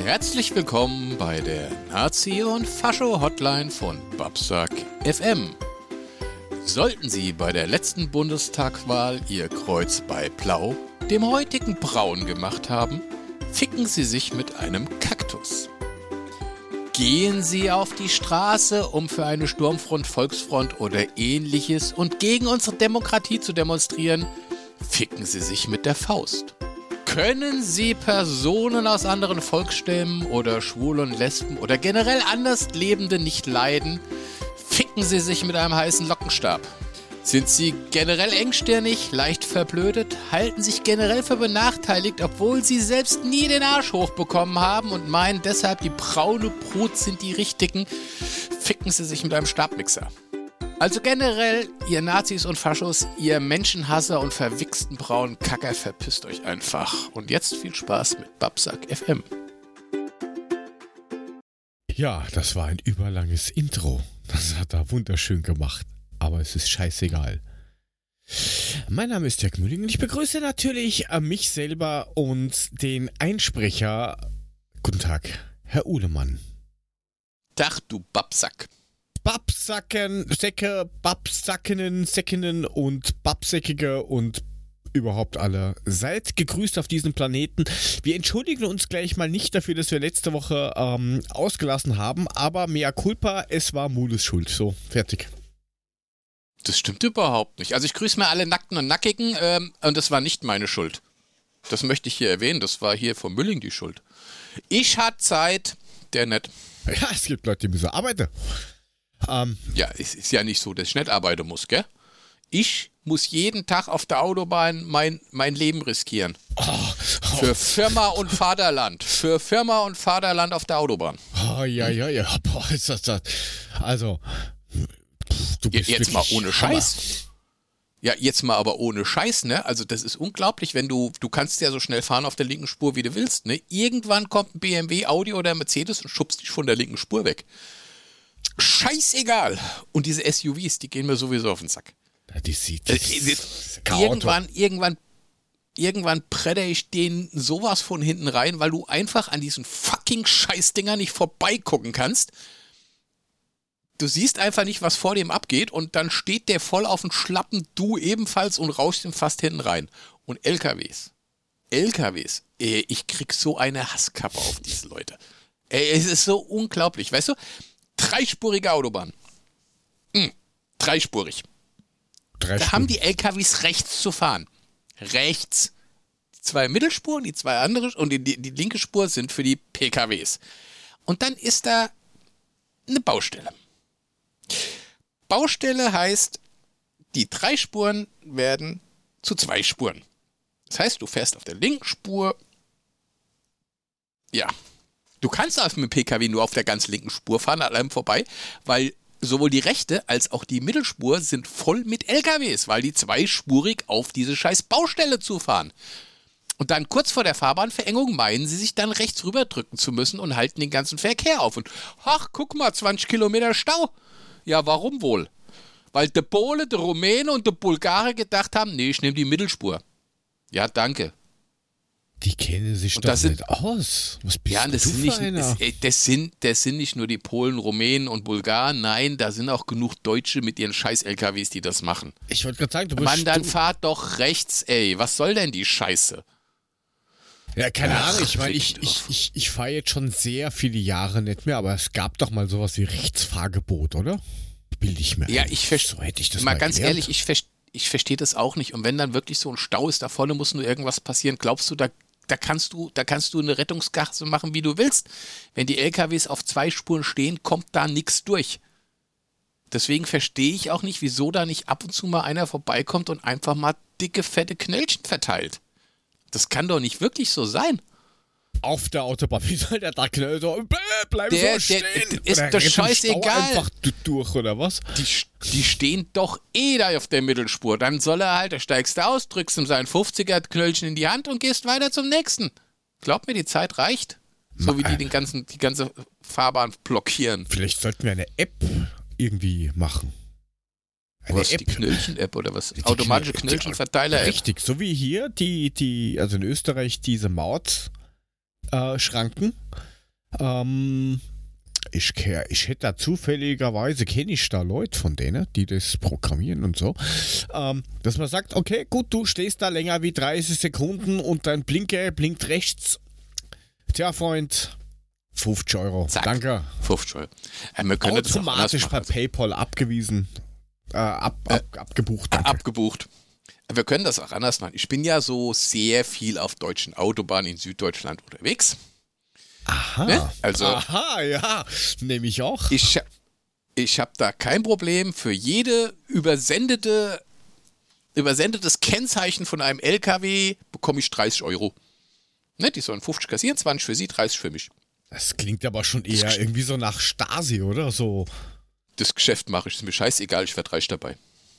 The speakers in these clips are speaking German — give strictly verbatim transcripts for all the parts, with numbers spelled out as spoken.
Herzlich willkommen bei der Nazi- und Fascho-Hotline von Babsack F M. Sollten Sie bei der letzten Bundestagswahl Ihr Kreuz bei Blau, dem heutigen Braun gemacht haben, ficken Sie sich mit einem Kaktus. Gehen Sie auf die Straße, um für eine Sturmfront, Volksfront oder ähnliches und gegen unsere Demokratie zu demonstrieren, ficken Sie sich mit der Faust. Können Sie Personen aus anderen Volksstämmen oder Schwule und Lesben oder generell anders Lebende nicht leiden, ficken Sie sich mit einem heißen Lockenstab. Sind Sie generell engstirnig, leicht verblödet, halten sich generell für benachteiligt, obwohl Sie selbst nie den Arsch hochbekommen haben und meinen deshalb, die braune Brut sind die Richtigen, ficken Sie sich mit einem Stabmixer. Also generell, ihr Nazis und Faschos, ihr Menschenhasser und verwichsten braunen Kacker, verpisst euch einfach. Und jetzt viel Spaß mit Babsack F M. Ja, das war ein überlanges Intro. Das hat er wunderschön gemacht. Aber es ist scheißegal. Mein Name ist Dirk Mühling und ich begrüße natürlich mich selber und den Einsprecher. Guten Tag, Herr Uhlemann. Tag, du Babsack. Babsacken, Säcke, Babsackenen, Säckenen und Babsäckige und überhaupt alle. Seid gegrüßt auf diesem Planeten. Wir entschuldigen uns gleich mal nicht dafür, dass wir letzte Woche ähm, ausgelassen haben, aber mea culpa, es war Mules Schuld. So, fertig. Das stimmt überhaupt nicht. Also ich grüße mal alle Nackten und Nackigen ähm, und das war nicht meine Schuld. Das möchte ich hier erwähnen, das war hier von Mülling die Schuld. Ich hatte Zeit, der nicht. Ja, es gibt Leute, die müssen arbeiten. Ähm, ja, es ist ja nicht so, dass ich nicht arbeiten muss, gell? Ich muss jeden Tag auf der Autobahn mein, mein Leben riskieren. Oh, oh. Für Firma und Vaterland. Für Firma und Vaterland auf der Autobahn. Oh, ja, ja, ja. Boah, ist das das. Also, du bist jetzt mal ohne Hammer. Scheiß. Ja, jetzt mal aber ohne Scheiß, ne? Also das ist unglaublich, wenn du, du kannst ja so schnell fahren auf der linken Spur, wie du willst, ne? Irgendwann kommt ein B M W, Audi oder Mercedes und schubst dich von der linken Spur weg. Scheißegal. Und diese S U Vs, die gehen mir sowieso auf den Sack. Ja, die sieht äh, irgendwann, irgendwann, irgendwann bretter ich denen sowas von hinten rein, weil du einfach an diesen fucking Scheißdinger nicht vorbeigucken kannst. Du siehst einfach nicht, was vor dem abgeht und dann steht der voll auf den Schlappen, du ebenfalls und rauschst ihm fast hinten rein. Und L K Ws. L K Ws. Ey, ich krieg so eine Hasskappe auf diese Leute. Ey, es ist so unglaublich. Weißt du, dreispurige Autobahn. Hm, dreispurig. Drei da Stunden. haben die L K Ws rechts zu fahren. Rechts. Die zwei Mittelspuren, die zwei andere und die, die, die linke Spur sind für die P K Ws. Und dann ist da eine Baustelle. Baustelle heißt, die drei Spuren werden zu zwei Spuren. Das heißt, du fährst auf der linken Spur. Ja. Du kannst auf dem P K W nur auf der ganz linken Spur fahren, an allem vorbei, weil sowohl die rechte als auch die Mittelspur sind voll mit L K Ws, weil die zweispurig auf diese scheiß Baustelle zufahren. Und dann kurz vor der Fahrbahnverengung meinen sie sich dann rechts rüberdrücken zu müssen und halten den ganzen Verkehr auf. Und ach, guck mal, zwanzig Kilometer Stau. Ja, warum wohl? Weil der Pole, der Rumäne und der Bulgare gedacht haben, nee, ich nehme die Mittelspur. Ja, danke. Die kennen sich und doch das nicht sind, aus. Was bist ja, du das für sind nicht, einer? das, das, sind, das sind nicht nur die Polen, Rumänen und Bulgaren. Nein, da sind auch genug Deutsche mit ihren scheiß L K Ws, die das machen. Ich wollte gerade sagen, du bist Mann, dann du- fahrt doch rechts, ey. Was soll denn die Scheiße? Ja, keine Ach, Ahnung. Ich meine, ich, Richt- ich, ich, ich fahre jetzt schon sehr viele Jahre nicht mehr, aber es gab doch mal sowas wie Rechtsfahrgebot, oder? Bilde ich mir Ja, ein. ich verstehe. So hätte ich das mal mal ganz gelernt. ehrlich, ich, ver- ich verstehe das auch nicht. Und wenn dann wirklich so ein Stau ist, da vorne muss nur irgendwas passieren, glaubst du, da, da, kannst du, da kannst du eine Rettungsgasse machen, wie du willst. Wenn die L K Ws auf zwei Spuren stehen, kommt da nichts durch. Deswegen verstehe ich auch nicht, wieso da nicht ab und zu mal einer vorbeikommt und einfach mal dicke, fette Knöllchen verteilt. Das kann doch nicht wirklich so sein. Auf der Autobahn, wie soll der da knallen? So, bäh, bleib Der- so der- stehen. ist Oder doch rennt im scheißegal. Stau einfach du- durch, oder was? Die, die stehen doch eh da auf der Mittelspur. Dann soll er halt, da steigst du aus, drückst ihm sein fünfziger-Knöllchen in die Hand und gehst weiter zum nächsten. Glaub mir, die Zeit reicht. So wie die den ganzen, die ganze Fahrbahn blockieren. Vielleicht sollten wir eine App irgendwie machen. Eine Was, die Knöllchen-App oder was? Die Automatische Knö- Knöllchenverteiler-App. Richtig, so wie hier, die, die, also in Österreich diese Maut äh, Schranken, Ähm, ich, ke- ich hätte da zufälligerweise, kenne ich da Leute von denen, die das programmieren und so, ähm, dass man sagt, okay, gut, du stehst da länger wie dreißig Sekunden und dein Blinker blinkt rechts. Tja, Freund, fünfzig Euro. Zack. Danke. fünfzig Euro. Äh, wir können das auch anders Automatisch per machen. PayPal abgewiesen. Äh, ab, ab, Äh, abgebucht. Danke. Abgebucht. Wir können das auch anders machen. Ich bin ja so sehr viel auf deutschen Autobahnen in Süddeutschland unterwegs. Aha. Ne? Also, Aha, ja. Nehme ich auch. ich, ich habe da kein Problem. Für jede übersendete, übersendetes Kennzeichen von einem L K W bekomme ich dreißig Euro. Ne? Die sollen fünfzig kassieren, zwanzig für sie, dreißig für mich. Das klingt aber schon eher irgendwie so nach Stasi, oder? So. Das Geschäft mache ich. Ist mir scheißegal, ich werde reich dabei.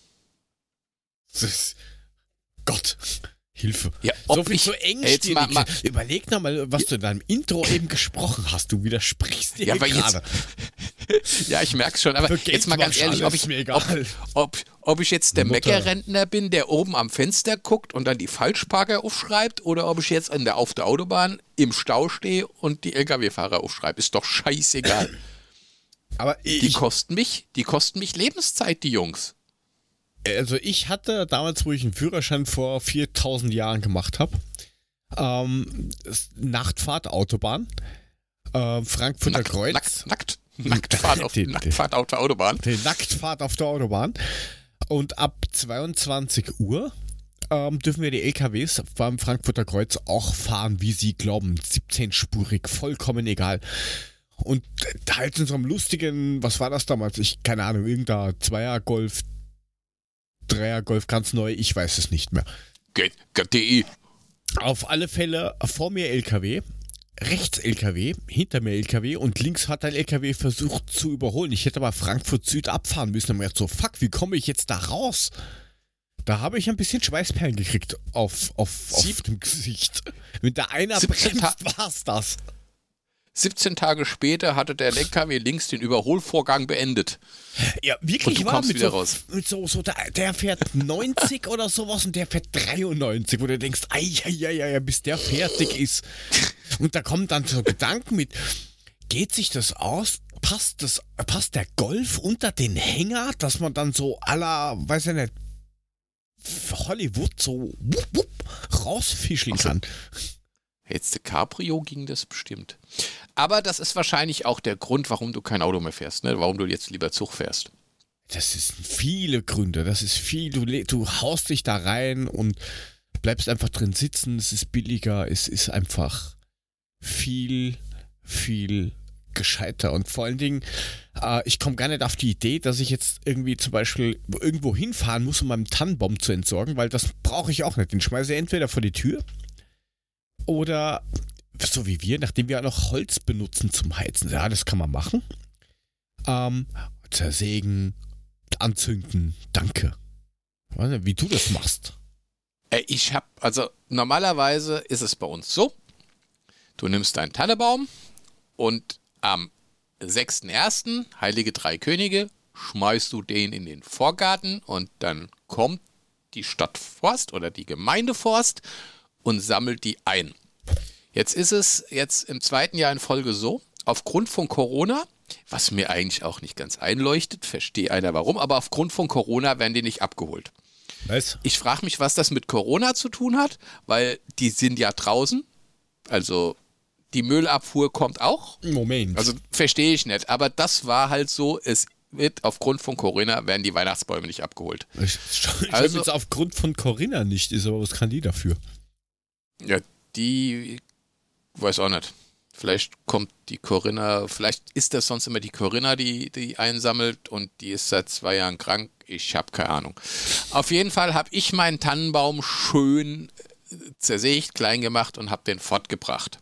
Das ist, Gott. Hilfe. Ja, So ob viel ich- zu Ey, jetzt mal- engstirnig. mal- Überleg nochmal, was du in deinem Intro eben gesprochen hast. Du widersprichst dir Ja, aber gerade. Ja, ich merke es schon, aber Für Geld jetzt mal ganz mach ich ehrlich, ob alles, ich, mir ob, egal. ob, ob ich jetzt der Mutter. Meckerrentner bin, der oben am Fenster guckt und dann die Falschparker aufschreibt, oder ob ich jetzt an der, auf der Autobahn im Stau stehe und die L K W-Fahrer aufschreibe, ist doch scheißegal. Aber Die ich, kosten mich, die kosten mich Lebenszeit, die Jungs. also ich hatte damals, wo ich einen Führerschein vor viertausend Jahren gemacht habe, ähm, Nachtfahrt Autobahn, äh, Frankfurter Nackt, Kreuz. nackt, nackt, Nacktfahrt auf, Den- Nacktfahrt auf der Autobahn. Die Nacktfahrt auf der Autobahn. Und ab zweiundzwanzig Uhr ähm, dürfen wir die L K Ws beim Frankfurter Kreuz auch fahren, wie sie glauben. siebzehnspurig, vollkommen egal. Und da halt in so einem lustigen, was war das damals? Ich, keine Ahnung, irgendein Zweier-Golf, Dreier-Golf, ganz neu, ich weiß es nicht mehr. G D I. Auf alle Fälle vor mir L K W, rechts L K W, hinter mir L K W und links hat ein L K W versucht zu überholen. Ich hätte aber Frankfurt Süd abfahren müssen. Und mir gedacht so, fuck, wie komme ich jetzt da raus? Da habe ich ein bisschen Schweißperlen gekriegt auf, auf, auf Sieb- dem Gesicht. Wenn da einer siebzehn bremst, war's das. siebzehn Tage später hatte der L K W links den Überholvorgang beendet. Ja, Und wirklich du war kommst mit wieder so, raus. mit so, so der, der fährt neunzig oder sowas und der fährt dreiundneunzig, wo du denkst, ei, ei, ei, ei, bis der fertig ist. Und da kommen dann so Gedanken mit, geht sich das aus? Passt, das, passt der Golf unter den Hänger, dass man dann so à la, weiß ich nicht, Hollywood so wupp, wupp, rausfischeln Ach so. kann? Jetzt der Cabrio ging das bestimmt. Aber das ist wahrscheinlich auch der Grund, warum du kein Auto mehr fährst, ne? Warum du jetzt lieber Zug fährst. Das sind viele Gründe. Das ist viel. Du, le- du haust dich da rein und bleibst einfach drin sitzen. Es ist billiger. Es ist einfach viel, viel gescheiter. Und vor allen Dingen, äh, ich komme gar nicht auf die Idee, dass ich jetzt irgendwie zum Beispiel irgendwo hinfahren muss, um meinen Tannenbaum zu entsorgen, weil das brauche ich auch nicht. Den schmeiße ich entweder vor die Tür oder so wie wir, nachdem wir auch noch Holz benutzen zum Heizen. Ja, das kann man machen. Ähm, zersägen, anzünden, danke. Weiß nicht, wie du das machst. Äh, Ich habe, also normalerweise ist es bei uns so, du nimmst deinen Tannebaum und am sechsten ersten Heilige Drei Könige, schmeißt du den in den Vorgarten und dann kommt die Stadtforst oder die Gemeindeforst und sammelt die ein. Jetzt ist es jetzt im zweiten Jahr in Folge so, aufgrund von Corona, was mir eigentlich auch nicht ganz einleuchtet, verstehe einer warum, aber aufgrund von Corona werden die nicht abgeholt. Was? Ich frage mich, was das mit Corona zu tun hat, weil die sind ja draußen, also die Müllabfuhr kommt auch. Moment. Also verstehe ich nicht, aber das war halt so, es wird aufgrund von Corona werden die Weihnachtsbäume nicht abgeholt. ich ich also- jetzt aufgrund von Corinna nicht ist, aber was kann die dafür? Ja, die weiß auch nicht. Vielleicht kommt die Corinna, vielleicht ist das sonst immer die Corinna, die die einsammelt und die ist seit zwei Jahren krank. Ich habe keine Ahnung. Auf jeden Fall habe ich meinen Tannenbaum schön zersägt, klein gemacht und habe den fortgebracht.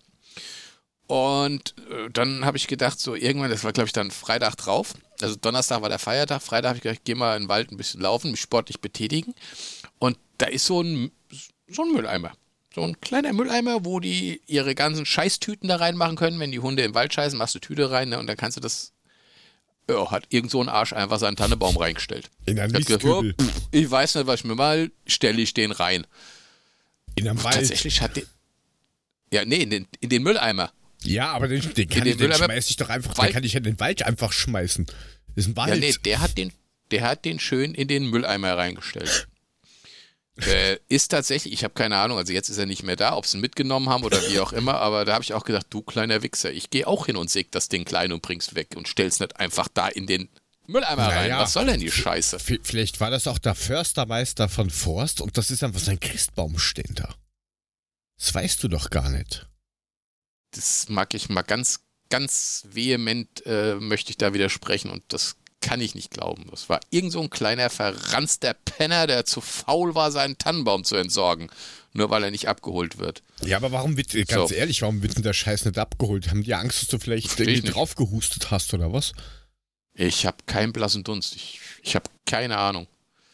Und äh, dann habe ich gedacht, so irgendwann, das war glaube ich dann Freitag drauf, also Donnerstag war der Feiertag, Freitag habe ich gedacht, geh mal in den Wald ein bisschen laufen, mich sportlich betätigen. Und da ist so ein, so ein Mülleimer. So ein kleiner Mülleimer, wo die ihre ganzen Scheißtüten da reinmachen können. Wenn die Hunde im Wald scheißen, machst du Tüte rein, ne, und dann kannst du das. Ja, hat irgend so ein Arsch einfach seinen Tannenbaum reingestellt. In einem Hat gesagt, oh, Mistkübel. pff, ich weiß nicht, was ich mir mal, stelle ich den rein. In einem Wald. Tatsächlich hat den. Ja, nee, in den, in den Mülleimer. Ja, aber den, den kann den ich, den Mülleimer- schmeiß ich doch einfach, Wald- den kann ich ja in den Wald einfach schmeißen. Das ist ein Wald. Ja, nee, der hat den, der hat den schön in den Mülleimer reingestellt. äh, ist tatsächlich, ich habe keine Ahnung, also jetzt ist er nicht mehr da, ob sie ihn mitgenommen haben oder wie auch immer, aber da habe ich auch gedacht, du kleiner Wichser, ich gehe auch hin und säg das Ding klein und bring's weg und stell's nicht einfach da in den Mülleimer rein. Naja. Was soll denn die Scheiße? V- Vielleicht war das auch der Förstermeister von Forst und das ist einfach sein Christbaumständer. Das weißt du doch gar nicht. Das mag ich mal ganz, ganz vehement, äh, möchte ich da widersprechen und das kann ich nicht glauben. Das war irgend so ein kleiner verranzter Penner, der zu faul war, seinen Tannenbaum zu entsorgen, nur weil er nicht abgeholt wird. Ja, aber warum wird, äh, ganz So. ehrlich, warum wird denn der Scheiß nicht abgeholt? Haben die Angst, dass du vielleicht Versteh ich irgendwie nicht. drauf gehustet hast oder was? Ich habe keinen blassen Dunst. Ich, ich habe keine Ahnung.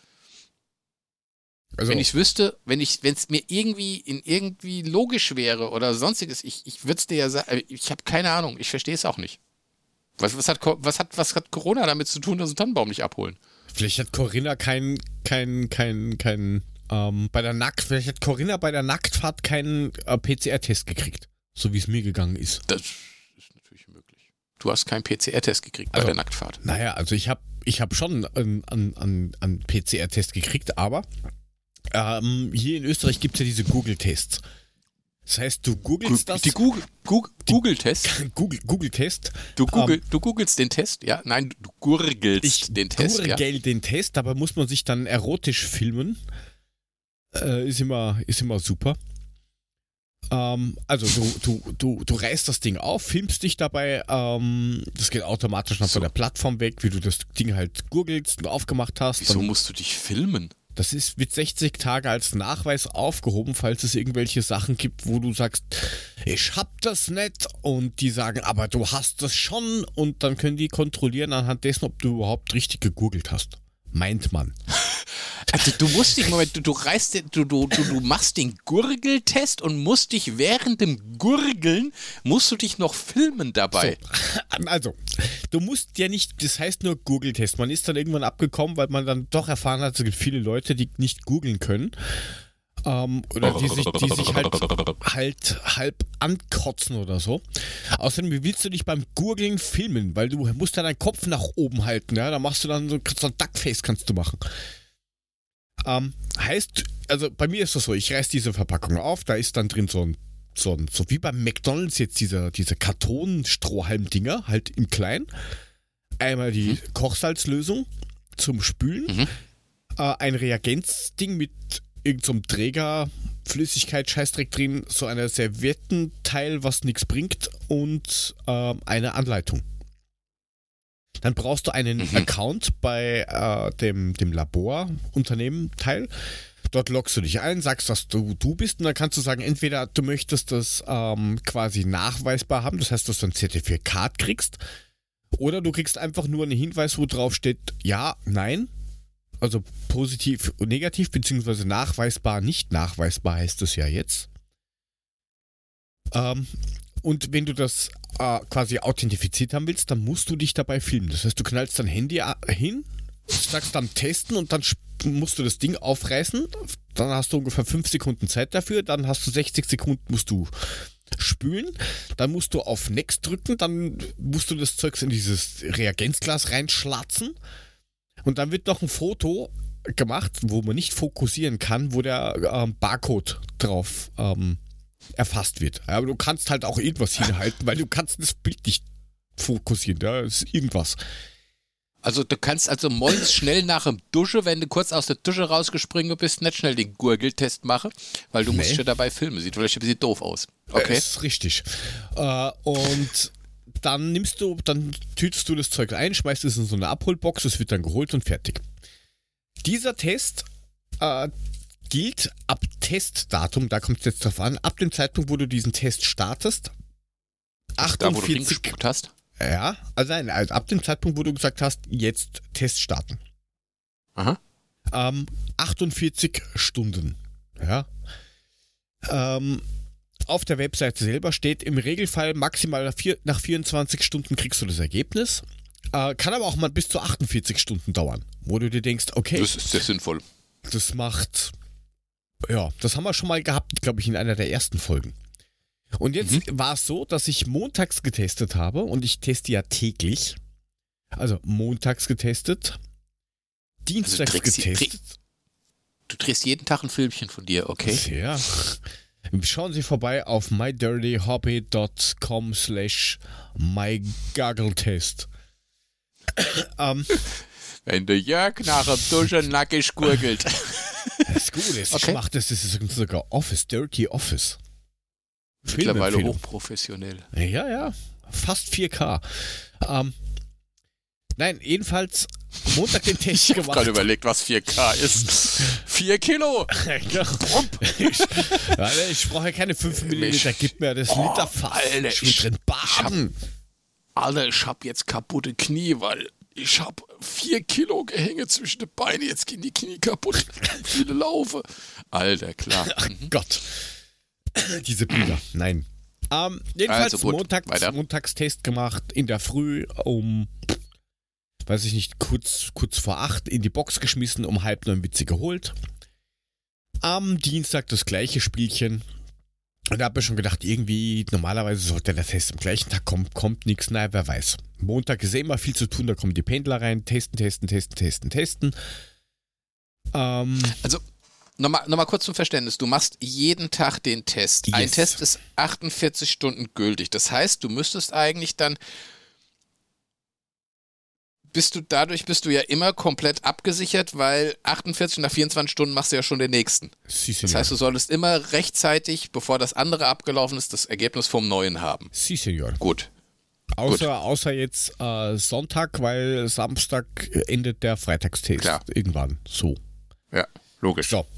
Also, Wenn ich es wüsste, wenn ich, wenn es mir irgendwie in irgendwie logisch wäre oder sonstiges, ich, ich würde es dir ja sagen, ich habe keine Ahnung, ich verstehe es auch nicht. Was, was, hat, Co- was, hat, was hat Corona damit zu tun, dass sie einen Tannenbaum nicht abholen? vielleicht hat Corinna kein, kein, kein, kein, ähm, bei der Nackt, vielleicht hat Corinna bei der Nacktfahrt keinen äh, P C R-Test gekriegt. So wie es mir gegangen ist. Das ist natürlich möglich. Du hast keinen P C R-Test gekriegt bei Also, der Nacktfahrt. Naja, also ich habe ich hab schon einen, einen, einen, einen P C R-Test gekriegt, aber ähm, hier in Österreich gibt es ja diese Google-Tests. Das heißt, du googelst das. Die Google, Google, Google-Test? Google, Google-Test. Du, Google, Ähm, du googelst den Test? Ja, nein, du gurgelst Ich den Test. Ja. gurgel den Test, dabei muss man sich dann erotisch filmen. Äh, ist immer, ist immer super. Ähm, also du, du, du, du reißt das Ding auf, filmst dich dabei, ähm, das geht automatisch noch So. von der Plattform weg, wie du das Ding halt gurgelst und aufgemacht hast. Wieso Dann, musst du dich filmen? das ist mit sechzig Tage als Nachweis aufgehoben, falls es irgendwelche Sachen gibt, wo du sagst, ich hab das nicht und die sagen, aber du hast das schon und dann können die kontrollieren anhand dessen, ob du überhaupt richtig gegurgelt hast. Meint man. Also du musst dich, Moment, du, du reißt, den- du, du, du, du machst den Gurgeltest und musst dich während dem Gurgeln, musst du dich noch filmen dabei. Also, du musst ja nicht, das heißt nur Google-Test. Man ist dann irgendwann abgekommen, weil man dann doch erfahren hat, es gibt viele Leute, die nicht googeln können. Ähm, oder die sich, die sich halt, halt halb ankotzen oder so. Außerdem, wie willst du dich beim Gurgeln filmen? Weil du musst ja deinen Kopf nach oben halten, ja? Da machst du dann so, so ein Duckface kannst du machen. Ähm, heißt, also bei mir ist das so, ich reiß diese Verpackung auf, da ist dann drin so ein, so ein, so wie beim McDonalds jetzt diese, diese Karton-Strohhalm-Dinger, halt im Kleinen. Einmal die Mhm. Kochsalzlösung zum Spülen, Mhm. äh, ein Reagenzding mit irgendeinem Träger, Flüssigkeit, Scheißdreck drin, so ein Serviettenteil, was nichts bringt und äh, eine Anleitung. Dann brauchst du einen Mhm. Account bei äh, dem, dem Laborunternehmen Teil. Dort loggst du dich ein, sagst, dass du du bist und dann kannst du sagen, entweder du möchtest das ähm, quasi nachweisbar haben, das heißt, dass du ein Zertifikat kriegst, oder du kriegst einfach nur einen Hinweis, wo drauf steht, ja, nein, also positiv und negativ, beziehungsweise nachweisbar, nicht nachweisbar heißt es ja jetzt. Ähm, und wenn du das äh, quasi authentifiziert haben willst, dann musst du dich dabei filmen. Das heißt, du knallst dein Handy a- hin, sagst dann testen und dann sp- musst du das Ding aufreißen. Dann hast du ungefähr fünf Sekunden Zeit dafür. Dann hast du sechzig Sekunden, musst du spülen. Dann musst du auf Next drücken. Dann musst du das Zeugs in dieses Reagenzglas reinschlatzen. Und dann wird noch ein Foto gemacht, wo man nicht fokussieren kann, wo der ähm, Barcode drauf ähm, erfasst wird. Ja, aber du kannst halt auch irgendwas hinhalten, weil du kannst das Bild nicht fokussieren. Da ist irgendwas. Also du kannst also morgens schnell nach dem Dusche, wenn du kurz aus der Dusche rausgesprungen bist, nicht schnell den Gurgeltest machen, weil du musst Nee. ja dabei filmen. Sieht vielleicht ein bisschen doof aus. Okay. Das ist richtig. Äh, und dann nimmst du, dann tütest du das Zeug ein, schmeißt es in so eine Abholbox, es wird dann geholt und fertig. Dieser Test äh, gilt ab Testdatum, da kommt es jetzt drauf an, ab dem Zeitpunkt, wo du diesen Test startest, Da, wo du achtundvierzig, hingespuckt hast. ja, also nein, also ab dem Zeitpunkt, wo du gesagt hast, jetzt Test starten. Aha. Ähm, achtundvierzig Stunden. Ja. Ähm, auf der Webseite selber steht im Regelfall maximal nach, vier, nach vierundzwanzig Stunden kriegst du das Ergebnis. Äh, kann aber auch mal bis zu achtundvierzig Stunden dauern, wo du dir denkst, okay, Das ist sehr sinnvoll. das macht, ja, das haben wir schon mal gehabt, glaube ich, in einer der ersten Folgen. Und jetzt mhm. war es so, dass ich montags getestet habe und ich teste ja täglich. Also montags getestet, dienstags also getestet. Du drehst jeden Tag ein Filmchen von dir, okay? Ja. Schauen Sie vorbei auf mydirtyhobby.com slash mygaggeltest. ähm, Wenn der Jörg nach dem Duschen nackig gurgelt. Das ist gut, das okay. macht das, das ist sogar Office, Dirty Office. Mittlerweile hochprofessionell. Ja, ja, fast vier K. Ähm, nein, jedenfalls Montag den Test ich gemacht. Ich habe gerade überlegt, was vier K ist. vier Kilo. ich, Alter, ich brauche ja keine fünf Milliliter, gib mir das oh, Literfass. Alter, ich will drin baden. Ich hab, Alter, ich hab jetzt kaputte Knie, weil ich hab vier Kilo Gehänge zwischen den Beinen, jetzt gehen die Knie kaputt. Viele Laufe. Alter, klar. Ach Gott. Diese Bilder. Nein. Ähm, jedenfalls also gut, montags, Montagstest gemacht in der Früh um, weiß ich nicht, kurz, kurz vor acht in die Box geschmissen, um halb neun Witze geholt. Am Dienstag das gleiche Spielchen. Und da habe ich schon gedacht, irgendwie, normalerweise sollte der Test am gleichen Tag kommen, kommt nichts, naja, wer weiß. Montag ist eh immer viel zu tun, da kommen die Pendler rein, testen, testen, testen, testen, testen. Ähm, also, nochmal noch mal kurz zum Verständnis, du machst jeden Tag den Test. Yes. Ein Test ist achtundvierzig Stunden gültig. Das heißt, du müsstest eigentlich dann, bist du, dadurch bist du ja immer komplett abgesichert, weil achtundvierzig nach vierundzwanzig Stunden machst du ja schon den nächsten. Si, das heißt, du solltest immer rechtzeitig, bevor das andere abgelaufen ist, das Ergebnis vom Neuen haben. Si, Senor. Gut. Außer, Gut. außer jetzt äh, Sonntag, weil Samstag endet der Freitagstest. Klar. Irgendwann. So. Ja, logisch. So.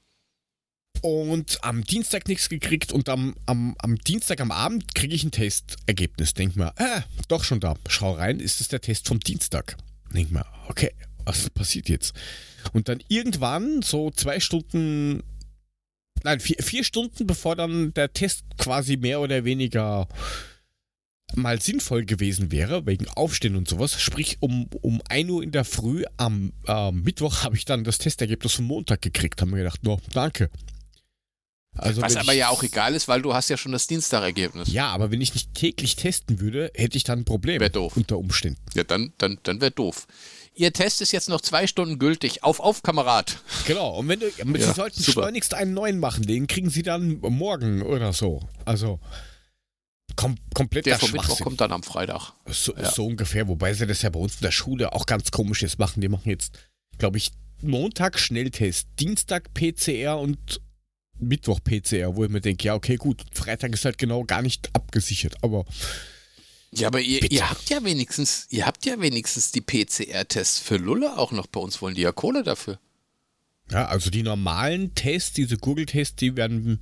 Und am Dienstag nichts gekriegt und am, am, am Dienstag am Abend kriege ich ein Testergebnis. Denk mir, äh, doch schon da. Schau rein, ist das der Test vom Dienstag? Denk mir, okay, was passiert jetzt? Und dann irgendwann, so zwei Stunden, nein, vier, vier Stunden bevor dann der Test quasi mehr oder weniger mal sinnvoll gewesen wäre, wegen Aufstehen und sowas, sprich um, um ein Uhr in der Früh am äh, Mittwoch habe ich dann das Testergebnis vom Montag gekriegt. Haben wir gedacht, no, danke. Also was aber ich, ja auch egal ist, weil du hast ja schon das Dienstagergebnis. Ja, aber wenn ich nicht täglich testen würde, hätte ich dann ein Problem. Wäre doof. Unter Umständen. Ja, dann, dann, dann wäre doof. Ihr Test ist jetzt noch zwei Stunden gültig. Auf, auf, Kamerad. Genau, und wenn du, Sie ja, sollten super. schleunigst einen neuen machen, den kriegen Sie dann morgen oder so. Also, kom kompletter Der vom Schwachsinn. Mittwoch kommt dann am Freitag. So, ja. so ungefähr, wobei sie das ja bei uns in der Schule auch ganz komisches machen. Die machen jetzt, glaube ich, Montag Schnelltest, Dienstag P C R und Mittwoch P C R, wo ich mir denke, ja okay, gut, Freitag ist halt genau gar nicht abgesichert, aber ja, aber ihr, ihr habt ja wenigstens, ihr habt ja wenigstens die P C R-Tests für Lulle auch noch. Bei uns wollen die ja Kohle dafür. Ja, also die normalen Tests, diese Google-Tests, die werden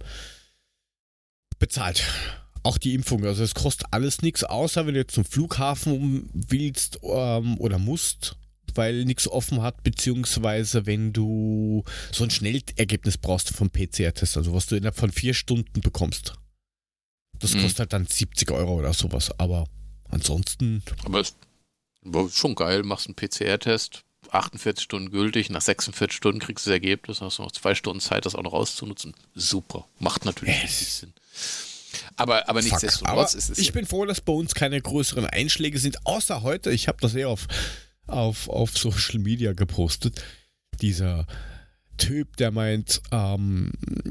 bezahlt. Auch die Impfung, also es kostet alles nichts, außer wenn du jetzt zum Flughafen willst ähm, oder musst, weil nichts offen hat, beziehungsweise wenn du so ein Schnellergebnis brauchst vom P C R-Test, also was du innerhalb von vier Stunden bekommst. Das mhm. kostet halt dann siebzig Euro oder sowas, aber ansonsten... Aber es ist schon geil, machst einen P C R-Test, achtundvierzig Stunden gültig, nach sechsundvierzig Stunden kriegst du das Ergebnis, hast du noch zwei Stunden Zeit, das auch noch auszunutzen. Super, macht natürlich äh, Sinn. Aber, aber nichtsdestotrotz ist es... Ich ja bin froh, dass bei uns keine größeren Einschläge sind, außer heute, ich habe das eher auf... Auf, auf Social Media gepostet. Dieser Typ, der meint, ähm,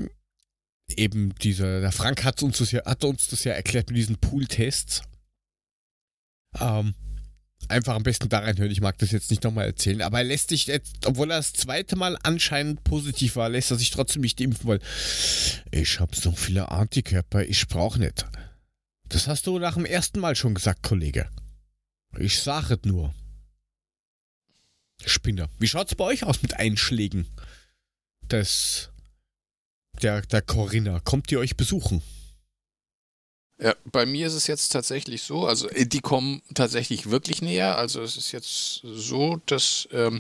eben dieser, der Frank hat uns das ja, hat uns das ja erklärt mit diesen Pool-Tests. Ähm, einfach am besten da reinhören, ich mag das jetzt nicht nochmal erzählen, aber er lässt sich jetzt, obwohl er das zweite Mal anscheinend positiv war, lässt er sich trotzdem nicht impfen, weil ich habe so viele Antikörper, ich brauche nicht. Das hast du nach dem ersten Mal schon gesagt, Kollege. Ich sage es nur. Spinner. Wie schaut's bei euch aus mit Einschlägen des der, der Corinna? Kommt ihr euch besuchen? Ja, bei mir ist es jetzt tatsächlich so, also die kommen tatsächlich wirklich näher. Also es ist jetzt so, dass ähm,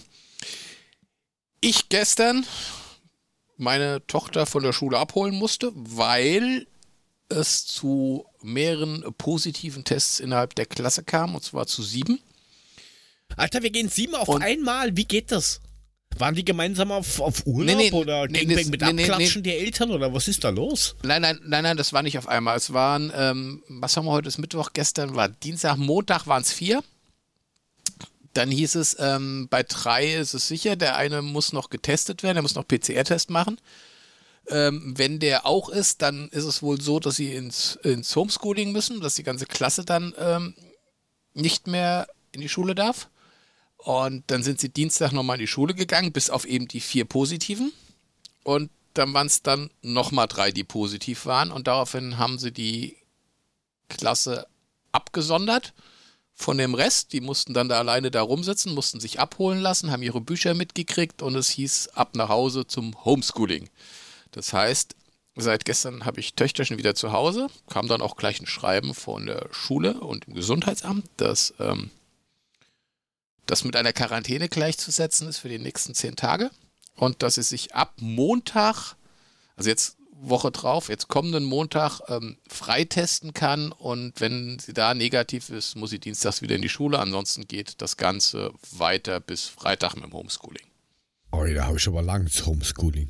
ich gestern meine Tochter von der Schule abholen musste, weil es zu mehreren positiven Tests innerhalb der Klasse kam, und zwar zu sieben. Alter, wir gehen sieben auf und einmal. Wie geht das? Waren die gemeinsam auf, auf Urlaub Nee, nee, oder nee, Gangbang nee, mit nee, nee, Abklatschen nee. der Eltern oder was ist da los? Nein, nein, nein, nein, das war nicht auf einmal. Es waren, ähm, was haben wir heute, ist Mittwoch, gestern war Dienstag, Montag waren es vier. Dann hieß es, ähm, bei drei ist es sicher, der eine muss noch getestet werden, der muss noch P C R-Test machen. Ähm, wenn der auch ist, dann ist es wohl so, dass sie ins, ins Homeschooling müssen, dass die ganze Klasse dann ähm, nicht mehr in die Schule darf. Und dann sind sie Dienstag nochmal in die Schule gegangen, bis auf eben die vier Positiven. Und dann waren es dann nochmal drei, die positiv waren. Und daraufhin haben sie die Klasse abgesondert von dem Rest. Die mussten dann da alleine da rumsitzen, mussten sich abholen lassen, haben ihre Bücher mitgekriegt und es hieß ab nach Hause zum Homeschooling. Das heißt, seit gestern habe ich Töchterchen wieder zu Hause, kam dann auch gleich ein Schreiben von der Schule und dem Gesundheitsamt, dass ähm, das mit einer Quarantäne gleichzusetzen ist für die nächsten zehn Tage und dass sie sich ab Montag, also jetzt Woche drauf, jetzt kommenden Montag ähm, freitesten kann und wenn sie da negativ ist, muss sie dienstags wieder in die Schule. Ansonsten geht das Ganze weiter bis Freitag mit dem Homeschooling. Oh, da habe ich aber langes Homeschooling.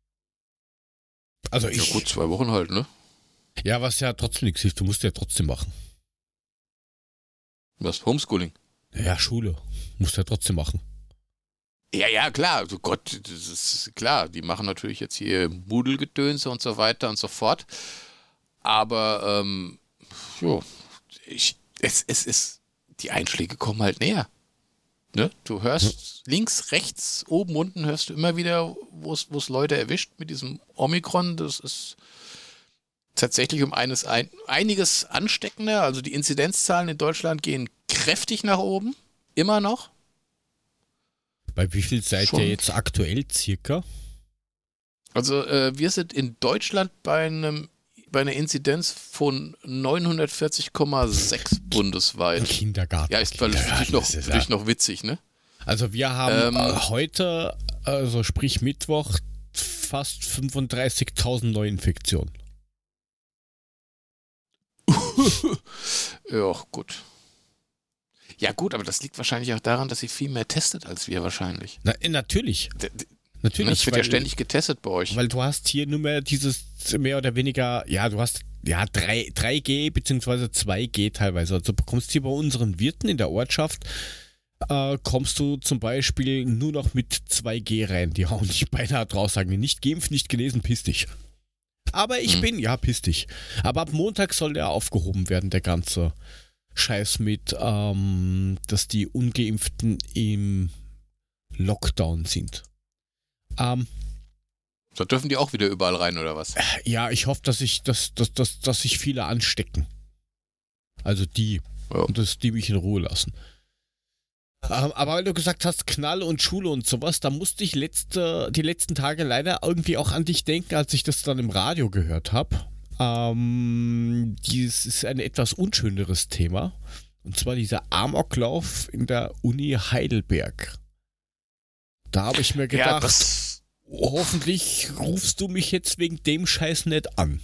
Also ich. Ja gut, zwei Wochen halt, ne? Ja, was ja trotzdem nichts hilft, du musst ja trotzdem machen. Was, Homeschooling? Ja, Schule. Musst ja trotzdem machen. Ja, ja, klar. Also Gott, das ist klar. Die machen natürlich jetzt hier Moodle-Gedönse und so weiter und so fort. Aber, ähm, jo, ich, es, es ist, die Einschläge kommen halt näher. Ne? Du hörst hm. links, rechts, oben, unten hörst du immer wieder, wo es Leute erwischt mit diesem Omikron. Das ist tatsächlich um eines ein, einiges ansteckender. Also die Inzidenzzahlen in Deutschland gehen kräftig nach oben. Immer noch. Bei wie viel seid Schon. ihr jetzt aktuell circa? Also äh, wir sind in Deutschland bei einem bei einer Inzidenz von neunhundertvierzig Komma sechs bundesweit. Kindergarten. Ja, ist für dich noch, für dich noch witzig, ne? Also wir haben Ähm, äh, heute, also sprich Mittwoch, fast fünfunddreißigtausend Neuinfektionen. Ja, gut. Ja gut, aber das liegt wahrscheinlich auch daran, dass sie viel mehr testet als wir wahrscheinlich. Na, äh, natürlich. D d Natürlich. Es wird weil, ja ständig getestet bei euch. Weil du hast hier nur mehr dieses mehr oder weniger, ja, du hast ja drei G beziehungsweise zwei G teilweise. Also du bekommst hier bei unseren Wirten in der Ortschaft, äh, kommst du zum Beispiel nur noch mit zwei G rein. Die hauen dich beinahe draus, sagen nicht geimpft, nicht genesen, piss dich. Aber ich hm. bin, ja, piss dich. Aber ab Montag soll der aufgehoben werden, der ganze Scheiß mit, ähm, dass die Ungeimpften im Lockdown sind. Ähm, da dürfen die auch wieder überall rein, oder was? Ja, ich hoffe, dass ich, dass, dass, dass, dass sich viele anstecken. Also die. Ja. Und dass die mich in Ruhe lassen. Ähm, aber weil du gesagt hast, Knall und Schule und sowas, da musste ich letzte, die letzten Tage leider irgendwie auch an dich denken, als ich das dann im Radio gehört habe. Ähm, dies ist ein etwas unschöneres Thema. Und zwar dieser Amoklauf in der Uni Heidelberg. Da habe ich mir gedacht, ja, hoffentlich rufst du mich jetzt wegen dem Scheiß nicht an.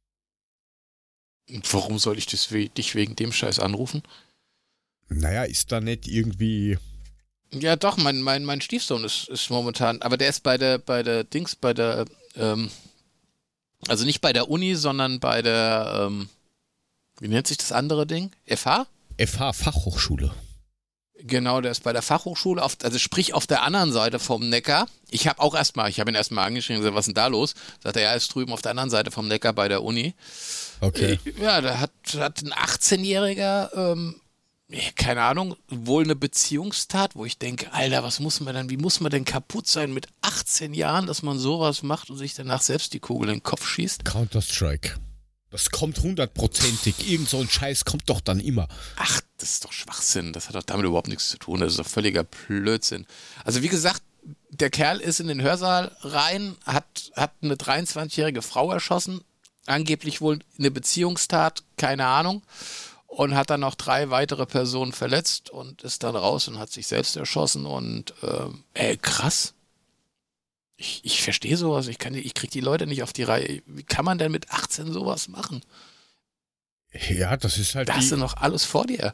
Warum soll ich das we- dich wegen dem Scheiß anrufen? Naja, ist da nicht irgendwie... Ja doch, mein, mein, mein Stiefsohn ist, ist momentan, aber der ist bei der, bei der Dings, bei der, ähm, also nicht bei der Uni, sondern bei der, ähm, wie nennt sich das andere Ding? F H? F H, Fachhochschule. Genau, der ist bei der Fachhochschule, auf, also sprich auf der anderen Seite vom Neckar. Ich habe auch erstmal, ich habe ihn erstmal angeschrieben und gesagt, was ist denn da los? Sagt er, ja, er ist drüben auf der anderen Seite vom Neckar bei der Uni. Okay. Äh, ja, da hat, hat ein achtzehnjähriger, ähm, keine Ahnung, wohl eine Beziehungstat, wo ich denke, Alter, was muss man denn, wie muss man denn kaputt sein mit achtzehn Jahren, dass man sowas macht und sich danach selbst die Kugel in den Kopf schießt? Counter-Strike. Das kommt hundertprozentig. Irgend so ein Scheiß kommt doch dann immer. Ach, das ist doch Schwachsinn. Das hat doch damit überhaupt nichts zu tun. Das ist doch völliger Blödsinn. Also wie gesagt, der Kerl ist in den Hörsaal rein, hat, hat eine dreiundzwanzigjährige Frau erschossen, angeblich wohl eine Beziehungstat, keine Ahnung, und hat dann noch drei weitere Personen verletzt und ist dann raus und hat sich selbst erschossen und ähm, ey, krass. Ich, ich verstehe sowas, ich, kann, ich kriege die Leute nicht auf die Reihe. Wie kann man denn mit achtzehn sowas machen? Ja, das ist halt. Da hast du noch alles vor dir.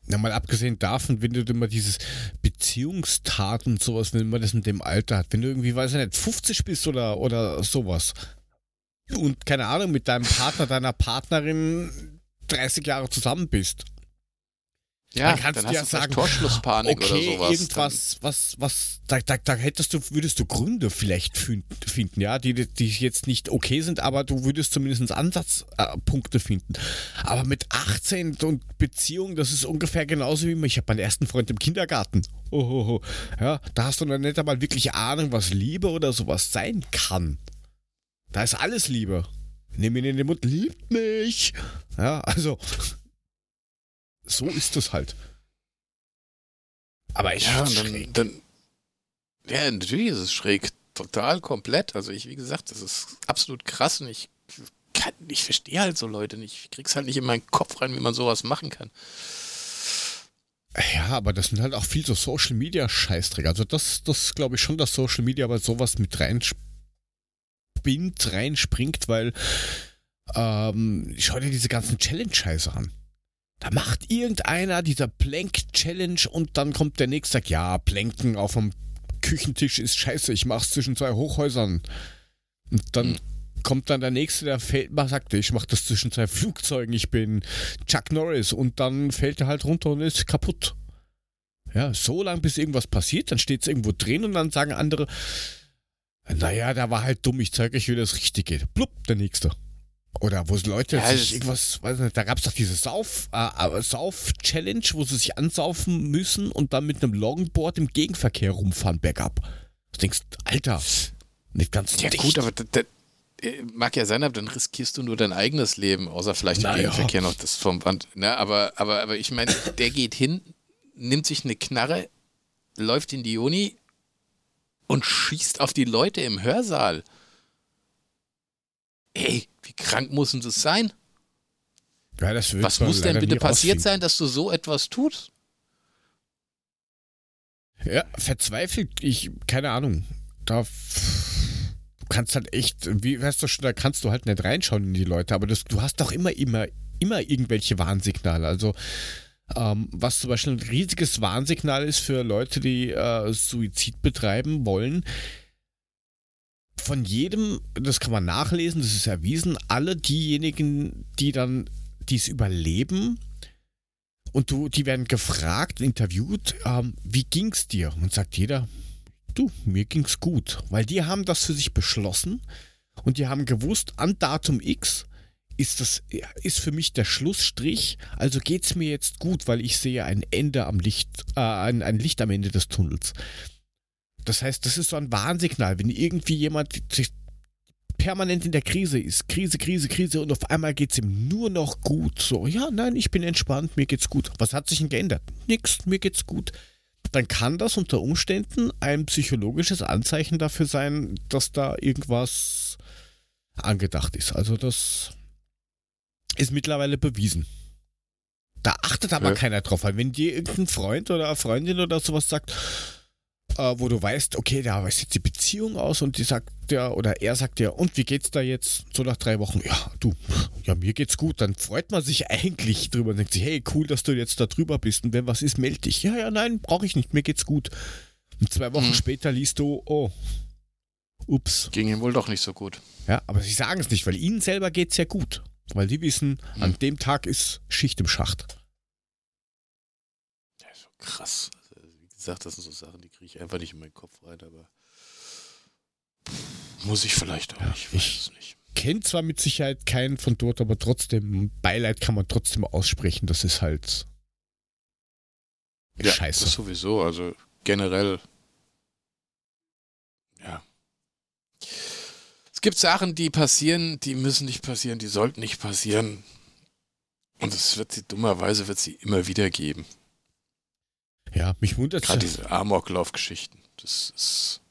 Ja, mal abgesehen davon, wenn du immer dieses Beziehungstat und sowas, wenn man das in dem Alter hat, wenn du irgendwie, weiß ich nicht, fünfzig bist oder, oder sowas und keine Ahnung, mit deinem Partner, deiner Partnerin dreißig Jahre zusammen bist. Ja, dann kannst dann du hast ja du sagen, Torschlusspanik okay, oder sowas. irgendwas, was, was, da, da, da hättest du, würdest du Gründe vielleicht finden, ja, die, die jetzt nicht okay sind, aber du würdest zumindest Ansatzpunkte äh, finden. Aber mit achtzehn und Beziehung, das ist ungefähr genauso wie ich habe meinen ersten Freund im Kindergarten. Ohoho. Ja, da hast du noch nicht einmal wirklich Ahnung, was Liebe oder sowas sein kann. Da ist alles Liebe. Nimm ihn in den Mund, liebt mich. Ja, also so ist das halt. Aber ich ja, finde dann, dann, ja, natürlich ist es schräg. Total komplett. Also ich, wie gesagt, das ist absolut krass und ich kann, ich verstehe halt so Leute nicht. Ich krieg's halt nicht in meinen Kopf rein, wie man sowas machen kann. Ja, aber das sind halt auch viel so Social Media Scheißdreck. Also das, das glaube ich schon, dass Social Media aber sowas mit reinspinnt, reinspringt, weil ähm, schau dir diese ganzen Challenge-Scheiße an. Da macht irgendeiner dieser Plank-Challenge und dann kommt der nächste, sagt, ja, Planken auf dem Küchentisch ist scheiße, ich mach's zwischen zwei Hochhäusern. Und dann mhm. kommt dann der nächste, der fällt, man sagt, ich mach das zwischen zwei Flugzeugen, ich bin Chuck Norris und dann fällt er halt runter und ist kaputt. Ja, so lange bis irgendwas passiert, dann steht's irgendwo drin und dann sagen andere, naja, der war halt dumm, ich zeige euch, wie das richtig geht. Blub, der nächste. Oder wo Leute ja, sich irgendwas, weiß nicht, da gab es doch diese Sauf, äh, Sauf-Challenge, wo sie sich ansaufen müssen und dann mit einem Longboard im Gegenverkehr rumfahren, bergab. Du denkst, Alter, nicht ganz ja, dicht. gut, aber das, das mag ja sein, aber dann riskierst du nur dein eigenes Leben, außer vielleicht im Gegenverkehr ja. noch das vom Wand. Ne, aber, aber, aber ich meine, der geht hin, nimmt sich eine Knarre, läuft in die Uni und schießt auf die Leute im Hörsaal. Ey, wie krank muss denn das sein? Ja, das wird Was muss denn bitte passiert rausfinden. sein, dass du so etwas tust? Ja, verzweifelt, ich, keine Ahnung. Da du kannst halt echt, wie weißt du schon, da kannst du halt nicht reinschauen in die Leute, aber das, du hast doch immer, immer, immer irgendwelche Warnsignale. Also, ähm, was zum Beispiel ein riesiges Warnsignal ist für Leute, die äh, Suizid betreiben wollen. Von jedem, das kann man nachlesen, das ist erwiesen, alle diejenigen, die dann dies überleben und du, die werden gefragt, interviewt, ähm, wie ging's dir? Und sagt jeder, du, mir ging's gut, weil die haben das für sich beschlossen und die haben gewusst, an Datum X ist das, ist für mich der Schlussstrich, also geht's mir jetzt gut, weil ich sehe ein Ende am Licht, äh, ein, ein Licht am Ende des Tunnels. Das heißt, das ist so ein Warnsignal, wenn irgendwie jemand permanent in der Krise ist, Krise, Krise, Krise und auf einmal geht es ihm nur noch gut. So, ja, nein, ich bin entspannt, mir geht's gut. Was hat sich denn geändert? Nix, mir geht's gut. Dann kann das unter Umständen ein psychologisches Anzeichen dafür sein, dass da irgendwas angedacht ist. Also das ist mittlerweile bewiesen. Da achtet aber ja. keiner drauf, weil wenn dir irgendein Freund oder eine Freundin oder sowas sagt, wo du weißt, okay, da weiß jetzt die Beziehung aus und die sagt der oder er sagt dir, und wie geht's da jetzt? So nach drei Wochen, ja, du, ja, mir geht's gut. Dann freut man sich eigentlich drüber und denkt sich, hey, cool, dass du jetzt da drüber bist und wenn was ist, melde dich. Ja, ja, nein, brauche ich nicht, mir geht's gut. Und zwei Wochen hm. später liest du, oh, ups. Ging ihm wohl doch nicht so gut. Ja, aber sie sagen es nicht, weil ihnen selber geht's ja gut. Weil die wissen, hm. an dem Tag ist Schicht im Schacht. Ja, so krass. Wie gesagt, das sind so Sachen, die kriege ich einfach nicht in meinen Kopf rein, aber muss ich vielleicht auch ja, nicht, ich weiß es nicht. Kennt zwar mit Sicherheit keinen von dort, aber trotzdem, Beileid kann man trotzdem aussprechen, das ist halt ja, scheiße. Das sowieso, also generell, ja. Es gibt Sachen, die passieren, die müssen nicht passieren, die sollten nicht passieren und es wird sie, dummerweise wird sie immer wieder geben. Ja, mich wundert gerade diese Amoklauf-Geschichten. Das ist.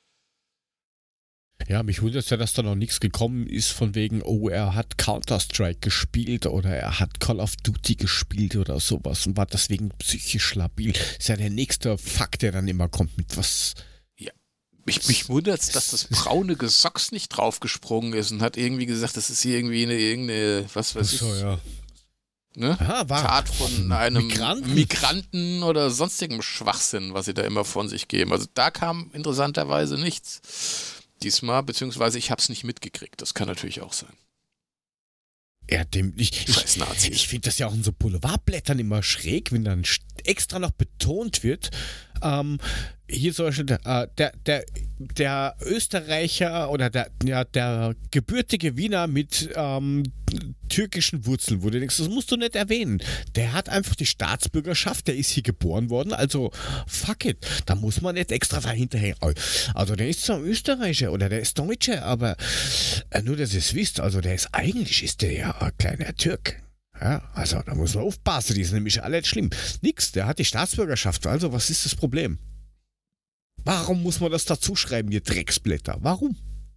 Ja, mich wundert es ja, dass da noch nichts gekommen ist von wegen, oh, er hat Counter-Strike gespielt oder er hat Call of Duty gespielt oder sowas und war deswegen psychisch labil. Ist ja der nächste Fakt, der dann immer kommt mit was. Ja, mich, mich wundert es, dass das braune Gesocks nicht draufgesprungen ist und hat irgendwie gesagt, das ist hier irgendwie eine, irgendeine, was weiß ich. So, ja. ne? Aha, war Tat von einem Migranten? Migranten oder sonstigem Schwachsinn, was sie da immer von sich geben. Also da kam interessanterweise nichts diesmal, beziehungsweise ich habe es nicht mitgekriegt. Das kann natürlich auch sein. Ja, dem, ich, Scheiß ich, Nazis. ich finde das ja auch in so Boulevardblättern immer schräg, wenn dann extra noch betont wird, ähm, hier zum Beispiel äh, der, der, der Österreicher oder der, ja, der gebürtige Wiener mit ähm, türkischen Wurzeln, wo du denkst, das musst du nicht erwähnen. Der hat einfach die Staatsbürgerschaft, der ist hier geboren worden, also fuck it, da muss man nicht extra dahinter hängen. Also der ist zwar Österreicher oder der ist Deutscher, aber äh, nur, dass ihr es wisst, also der ist eigentlich, ist der ja ein kleiner Türk. Ja, also da muss man aufpassen, die sind nämlich alle nicht schlimm. Nix, der hat die Staatsbürgerschaft, also was ist das Problem? Warum muss man das dazu schreiben, ihr Drecksblätter? Warum?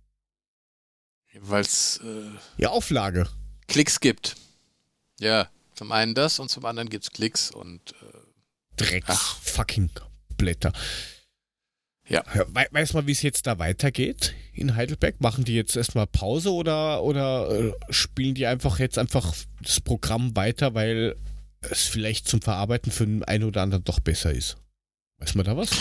Weil es äh, Ja, Auflage. Klicks gibt. Ja, zum einen das und zum anderen gibt es Klicks und äh, Drecks fucking Blätter. Ja. We weiß man, wie es jetzt da weitergeht in Heidelberg? Machen die jetzt erstmal Pause oder, oder äh, spielen die einfach jetzt einfach das Programm weiter, weil es vielleicht zum Verarbeiten für den einen oder anderen doch besser ist? Weiß man da was?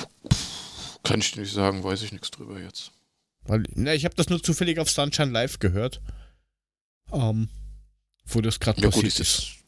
Kann ich nicht sagen, weiß ich nichts drüber jetzt. Weil, na, ich habe das nur zufällig auf Sunshine Live gehört. Ähm, wo das gerade Ja, passiert gut, die, ist. sitz,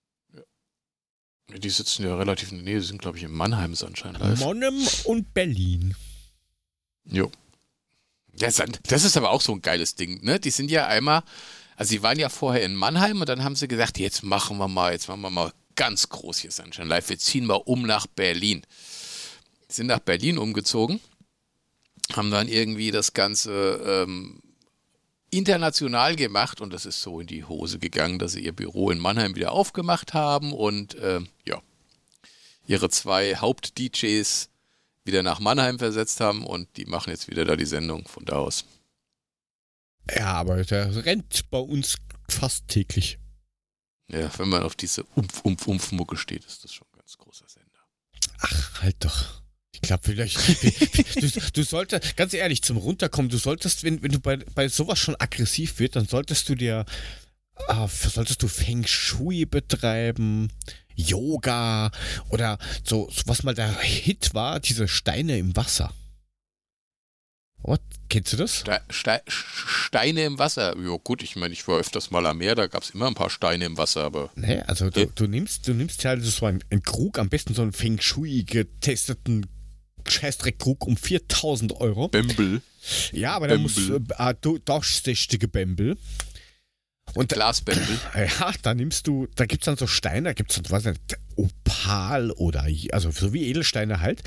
ja. die sitzen ja relativ in der Nähe, die sind, glaube ich, in Mannheim Sunshine Live. Monnem und Berlin. Jo. Das, das ist aber auch so ein geiles Ding, ne? Die sind ja einmal, also sie waren ja vorher in Mannheim und dann haben sie gesagt, jetzt machen wir mal, jetzt machen wir mal ganz groß hier Sunshine Live, wir ziehen mal um nach Berlin. Sind nach Berlin umgezogen, haben dann irgendwie das Ganze ähm, international gemacht und das ist so in die Hose gegangen, dass sie ihr Büro in Mannheim wieder aufgemacht haben und äh, ja, ihre zwei Haupt-D Js wieder nach Mannheim versetzt haben und die machen jetzt wieder da die Sendung von da aus. Ja, aber der rennt bei uns fast täglich. Ja, wenn man auf diese Umf-Umf-Umf-Mucke steht, ist das schon ein ganz großer Sender. Ach, halt doch. Ich glaube, vielleicht. du, du solltest, ganz ehrlich, zum Runterkommen, du solltest, wenn, wenn du bei, bei sowas schon aggressiv wird, dann solltest du dir, äh, solltest du Feng Shui betreiben, Yoga oder so, so, was mal der Hit war, diese Steine im Wasser. What? Kennst du das? Ste Ste Steine im Wasser. Ja gut, ich meine, ich war öfters mal am Meer, da gab es immer ein paar Steine im Wasser, aber... Nee, also du, du nimmst, du nimmst ja also so einen, einen Krug, am besten so einen Feng Shui getesteten Scheißdreck-Krug um viertausend Euro. Bembel. Ja, aber da muss äh, durchsichtige Bembel. Und Glasbändel. Ja, da nimmst du, da gibt es dann so Steine, da gibt es, was nicht, Opal oder, also so wie Edelsteine halt.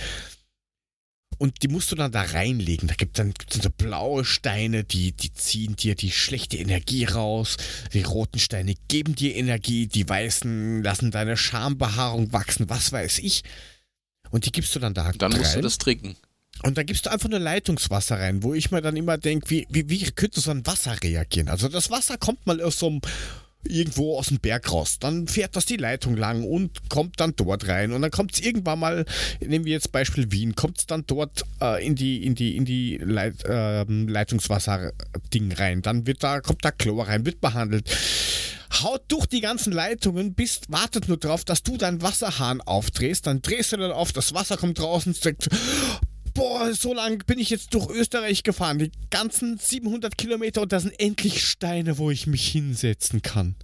Und die musst du dann da reinlegen. Da gibt es dann, gibt's dann so blaue Steine, die, die ziehen dir die schlechte Energie raus. Die roten Steine geben dir Energie. Die weißen lassen deine Schambehaarung wachsen, was weiß ich. Und die gibst du dann da Dann rein. musst du das trinken. Und da gibst du einfach nur Leitungswasser rein, wo ich mir dann immer denke, wie, wie, wie könnte so ein Wasser reagieren? Also das Wasser kommt mal aus so einem, irgendwo aus dem Berg raus. Dann fährt das die Leitung lang und kommt dann dort rein. Und dann kommt es irgendwann mal, nehmen wir jetzt Beispiel Wien, kommt es dann dort äh, in die, in die, in die Leit, äh, Leitungswasser-Ding rein. Dann wird da, kommt da Chlor rein, wird behandelt. Haut durch die ganzen Leitungen, bist, wartet nur drauf, dass du deinen Wasserhahn aufdrehst. Dann drehst du dann auf, das Wasser kommt draußen und sagt, boah, so lang bin ich jetzt durch Österreich gefahren. Die ganzen siebenhundert Kilometer und da sind endlich Steine, wo ich mich hinsetzen kann.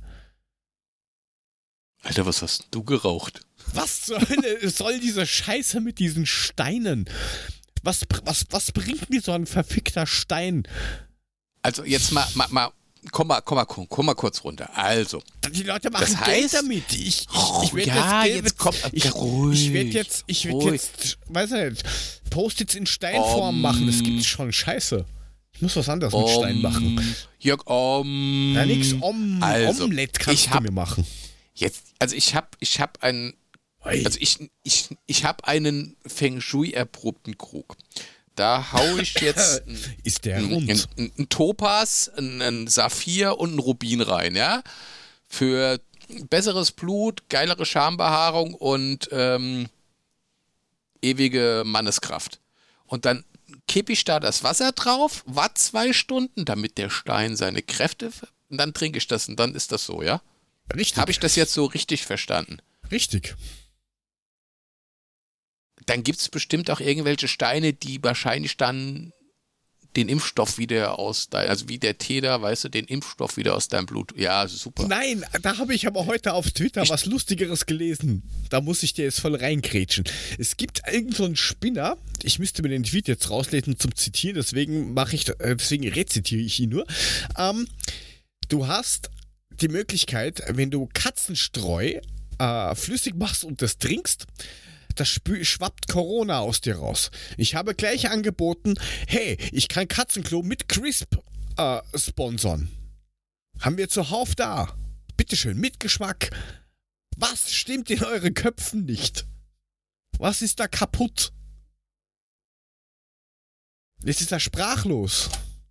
Alter, was hast du geraucht? Was soll, soll diese Scheiße mit diesen Steinen? Was, was, was bringt mir so ein verfickter Stein? Also jetzt mal, mal, mal komm mal, komm mal, komm mal kurz runter. Also. Die Leute machen das heißt, Geld damit. Ich, ich, ich werde ja, jetzt, jetzt kommt, ich, ruhig, ich werde jetzt, ich werde jetzt, weiß ich nicht, Post-its in Steinform um, machen. Das gibt's schon. Scheiße. Ich muss was anderes um, mit Stein machen. Jörg, um. Ja, nix. Om, also, Omelette kannst ich du hab, mir machen. Jetzt, also ich habe, ich habe einen, Hey. also ich, ich, ich habe einen Feng Shui erprobten Krug. Da hau ich jetzt ein, Ist der ein, rund? ein, ein, ein Topaz, ein, ein Saphir und ein Rubin rein, ja? Für besseres Blut, geilere Schambehaarung und ähm, ewige Manneskraft. Und dann kippe ich da das Wasser drauf, warte zwei Stunden, damit der Stein seine Kräfte, und dann trinke ich das und dann ist das so, ja? Richtig. Habe ich das jetzt so richtig verstanden? Richtig. Dann gibt es bestimmt auch irgendwelche Steine, die wahrscheinlich dann den Impfstoff wieder aus deinem, also wie der Tee da, weißt du, den Impfstoff wieder aus deinem Blut. Ja, super. Nein, da habe ich aber heute auf Twitter Ich- was Lustigeres gelesen. Da muss ich dir jetzt voll reingrätschen. Es gibt irgend so einen Spinner, ich müsste mir den Tweet jetzt rauslesen zum Zitieren, deswegen mache ich, äh, deswegen rezitiere ich ihn nur. Ähm, du hast die Möglichkeit, wenn du Katzenstreu äh, flüssig machst und das trinkst, das spü- schwappt Corona aus dir raus. Ich habe gleich angeboten, hey, ich kann Katzenklo mit Crisp äh, sponsern. Haben wir zuhauf da. Bitteschön, mit Geschmack. Was stimmt in euren Köpfen nicht? Was ist da kaputt? Jetzt ist er sprachlos.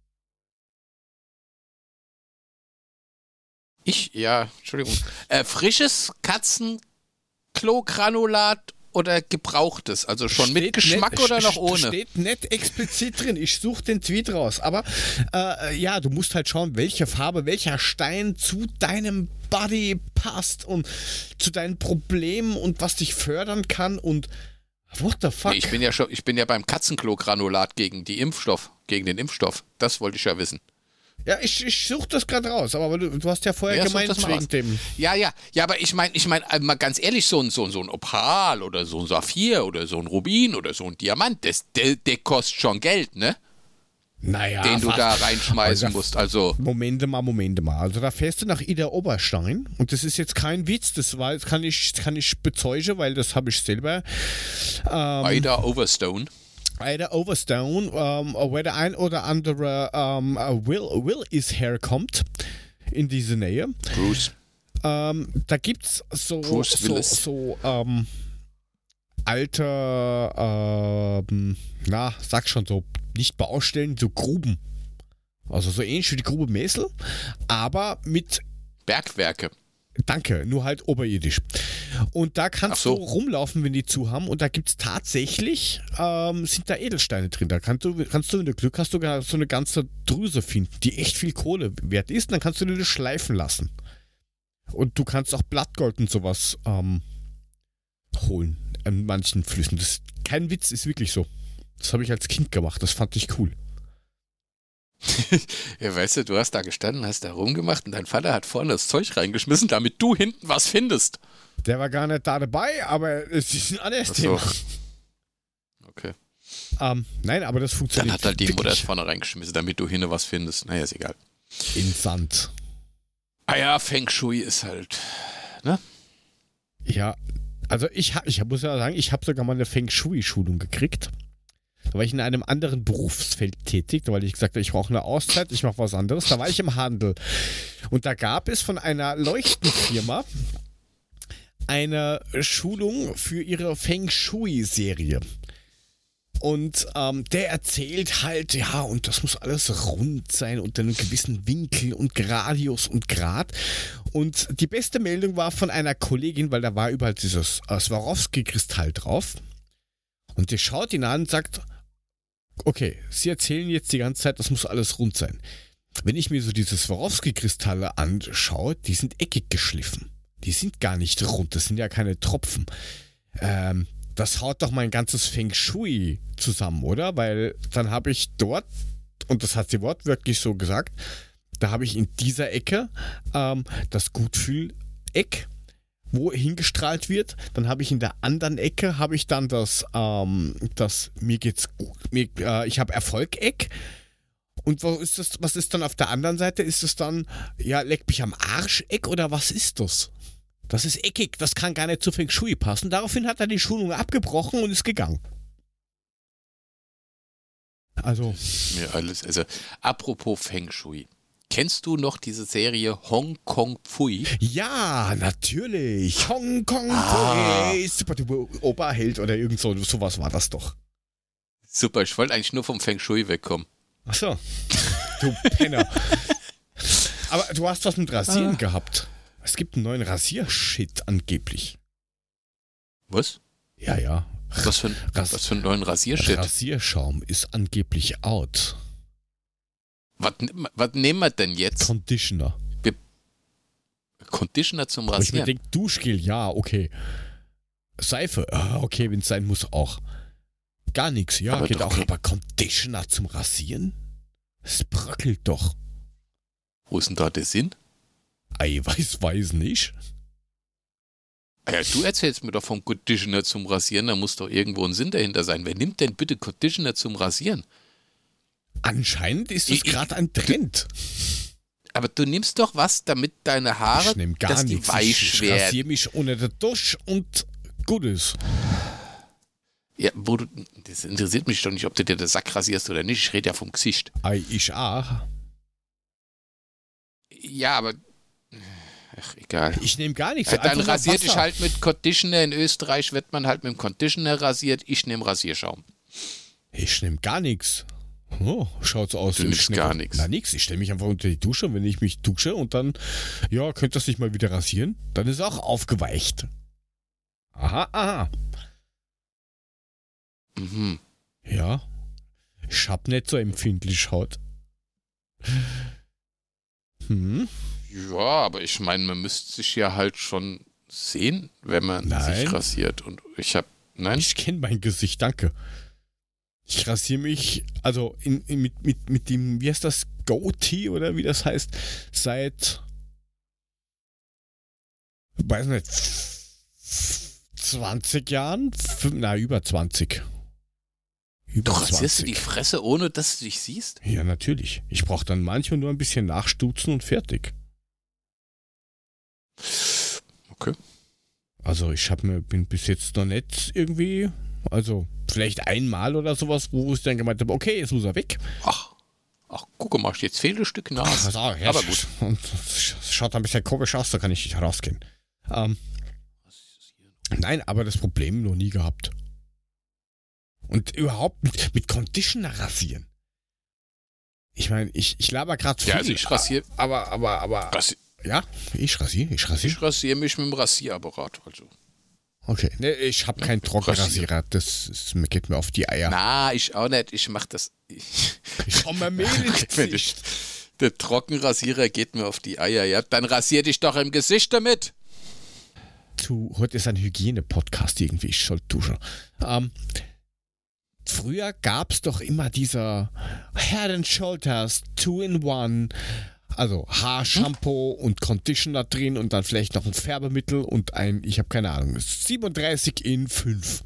Ich, ja, Entschuldigung. Äh, frisches Katzenklo-Granulat oder gebrauchtes? Also schon mit Steht Geschmack net- oder noch st- ohne? Steht nicht explizit drin. Ich suche den Tweet raus. Aber äh, ja, du musst halt schauen, welche Farbe, welcher Stein zu deinem Body passt und zu deinen Problemen und was dich fördern kann und what the fuck? Nee, ich bin ja schon, ich bin ja beim Katzenklo-Granulat gegen die Impfstoff, gegen den Impfstoff. Das wollte ich ja wissen. Ja, ich, ich suche das gerade raus, aber du, du hast ja vorher Ja, such gemeint das mal wegen raus. dem. Ja, ja, ja, aber ich meine, ich meine, mal ganz ehrlich, so ein, so, ein- so ein Opal oder so ein Saphir oder so ein Rubin oder so ein Diamant, das, der, der kostet schon Geld, ne? Naja, Den du fast. da reinschmeißen Also, musst. Also, Momente mal, Momente mal. Also da fährst du nach Ida Oberstein und das ist jetzt kein Witz, das, war, das kann, ich, das kann ich bezeugen, weil das habe ich selber. Ähm, Ida Overstone. Ida Overstone, ähm, wo der ein oder andere ähm, Will, Will is herkommt in diese Nähe. Bruce. Ähm, da gibt's so, Bruce so, Willis. so ähm, alte, ähm, na, sag schon so, nicht Baustellen, so Gruben. Also so ähnlich wie die Grube Messel, aber mit, Bergwerke. danke, nur halt oberirdisch. Und da kannst Ach so. du rumlaufen, wenn die zu haben. Und da gibt es tatsächlich, ähm, sind da Edelsteine drin. Da kannst du, kannst du, wenn du Glück hast, sogar so eine ganze Drüse finden, die echt viel Kohle wert ist. Und dann kannst du dir das schleifen lassen. Und du kannst auch Blattgold und sowas ähm, holen an manchen Flüssen. Das ist kein Witz, ist wirklich so. Das habe ich als Kind gemacht. Das fand ich cool. Ja, weißt du, du hast da gestanden, hast da rumgemacht und dein Vater hat vorne das Zeug reingeschmissen, damit du hinten was findest. Der war gar nicht da dabei, aber es ist ein anderes Ach so. Thema. Okay. Ähm, nein, aber das Dann funktioniert. hat halt die Mutter es wirklich vorne reingeschmissen, damit du hinten was findest. Naja, ist egal. in Sand. Ah ja, Feng Shui ist halt. Ja, also ich, ha- ich muss ja sagen, ich habe sogar mal eine Feng Shui-Schulung gekriegt. Da war ich in einem anderen Berufsfeld tätig, weil ich gesagt habe, ich brauche eine Auszeit, ich mache was anderes. Da war ich im Handel. Und da gab es von einer Leuchtenfirma eine Schulung für ihre Feng Shui-Serie. Und ähm, der erzählt halt, ja, und das muss alles rund sein und in einem gewissen Winkel und Gradius und Grad. Und die beste Meldung war von einer Kollegin, weil da war überall dieses äh, Swarovski-Kristall drauf. Und die schaut ihn an und sagt, okay, Sie erzählen jetzt die ganze Zeit, das muss alles rund sein. Wenn ich mir so diese Swarovski-Kristalle anschaue, die sind eckig geschliffen. Die sind gar nicht rund, das sind ja keine Tropfen. Ähm, das haut doch mein ganzes Feng Shui zusammen, oder? Weil dann habe ich dort, und das hat sie wortwörtlich so gesagt, da habe ich in dieser Ecke ähm, das Gutfühl-Eck, wo hingestrahlt wird. Dann habe ich in der anderen Ecke habe ich dann das, ähm, das mir geht's gut, mir, äh, ich habe Erfolg-Eck. Und wo ist das, was ist dann auf der anderen Seite? Ist es dann, ja, leck mich am Arsch-Eck oder was ist das? Das ist eckig, das kann gar nicht zu Feng Shui passen. Daraufhin hat er die Schulung abgebrochen und ist gegangen. Also, Mir alles. Also, apropos Feng Shui. Kennst du noch diese Serie Hong Kong Pfui? ja, natürlich. Hong Kong, Ah. Pui, super duper Oberheld oder irgend so, sowas war das doch. Super, ich wollte eigentlich nur vom Feng Shui wegkommen. Ach so. Du Penner. Aber du hast was mit Rasieren Ah. gehabt. Es gibt einen neuen Rasiershit angeblich. Was? Ja, ja. Was für, ein, Ras- was für einen neuen Rasiershit? Rasierschaum ist angeblich out. Was, was nehmen wir denn jetzt? Conditioner. Conditioner zum Aber ich mir Rasieren. denke, Duschgel, ja, okay. Seife, ah, okay, wenn es sein muss, auch. Gar nichts, ja, Aber geht doch auch. kein- Aber Conditioner zum Rasieren? Es bröckelt doch. Wo ist denn da der Sinn? Eiweiß weiß nicht. Ah ja, du erzählst mir doch vom Conditioner zum Rasieren, da muss doch irgendwo ein Sinn dahinter sein. Wer nimmt denn bitte Conditioner zum Rasieren? Anscheinend ist das Ich- ich- gerade ein Trend. Aber du nimmst doch was, damit deine Haare, Ich nehme gar dass die nichts. weich Ich, ich werden. rasiere mich ohne der Dusch und gut ist. Ja, wo du, das interessiert mich doch nicht, ob du dir den Sack rasierst oder nicht. Ich rede ja vom Gesicht. Ei, ich auch. Ja, aber. Ach, egal. Ich nehme gar nichts. Ja, dann einfach nur rasiert dich Wasser. halt mit Conditioner. In Österreich wird man halt mit dem Conditioner rasiert. Ich nehme Rasierschaum. Ich nehme gar nichts. Oh, schaut's aus. Du Ich nimmst nehm- gar nichts. Na, nix. Ich stelle mich einfach unter die Dusche und wenn ich mich dusche und dann, ja, könnt das nicht mal wieder rasieren, dann ist auch aufgeweicht. Aha, aha. Mhm. Ja. Ich hab nicht so empfindlich Haut. Hm? Ja, aber ich meine, man müsste sich ja halt schon sehen, wenn man Nein. sich rasiert. Und ich habe. Nein? Ich kenne mein Gesicht, danke. Ich rasiere mich, also in, in, mit, mit, mit dem, wie heißt das, Goatee oder wie das heißt, seit, weiß nicht, zwanzig Jahren? Fünf, na, über zwanzig. Über Du rasierst du zwanzig. die Fresse, ohne dass du dich siehst? Ja, natürlich. Ich brauche dann manchmal nur ein bisschen nachstutzen und fertig. Okay. Also ich hab mir, bin bis jetzt noch nicht irgendwie, also vielleicht einmal oder sowas, wo ich dann gemeint habe, okay, jetzt muss er weg. Ach, ach, guck mal, jetzt fehlt ein Stück Nase. Also, ja, Aber gut. Und es schaut ein bisschen komisch aus, da kann ich nicht rausgehen. Ähm, nein, aber das Problem noch nie gehabt. Und überhaupt mit, mit Conditioner rasieren. Ich meine, ich, ich laber gerade viel. Ja, also ich rasiere Aber, aber, aber, rasi ja, ich rasiere, ich rasiere. ich rasier mich mit dem Rasierapparat. Also. Okay, ne, ich habe keinen Trockenrasierer, das ist, geht mir auf die Eier. Na, ich auch nicht. Ich mach das. Ich, Ich hau mir Mehl ins Wenn Gesicht. ich- der Trockenrasierer geht mir auf die Eier. Ja, dann rasier dich doch im Gesicht damit. Zu, heute ist ein Hygiene-Podcast irgendwie, ich soll duschen. Ähm, früher gab es doch immer dieser Head and Shoulders two in one, also Haarshampoo und Conditioner drin und dann vielleicht noch ein Färbemittel und ein, ich habe keine Ahnung, siebenunddreißig in fünf.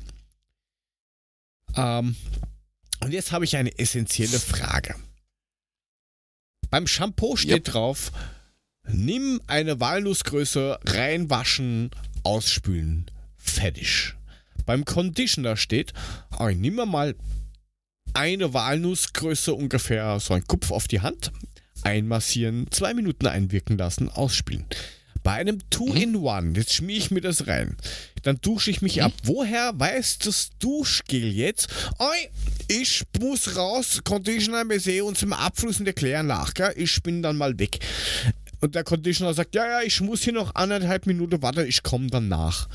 Ähm, und jetzt habe ich eine essentielle Frage. Beim Shampoo steht drauf, nimm eine Walnussgröße, reinwaschen, ausspülen, fertig. Beim Conditioner steht, oh, nimm mir mal eine Walnussgröße, ungefähr so ein Kupf auf die Hand, einmassieren, zwei Minuten einwirken lassen, ausspülen. Bei einem Two-in-One, jetzt schmier ich mir das rein, dann dusche ich mich ab. Woher weiß das Duschgel jetzt? Oi, ich muss raus, Conditioner, wir sehen uns im Abfluss in der Kläranlage, gell? Ich bin dann mal weg. Und der Conditioner sagt, ja, ja, ich muss hier noch anderthalb Minuten warten, ich komme dann nach.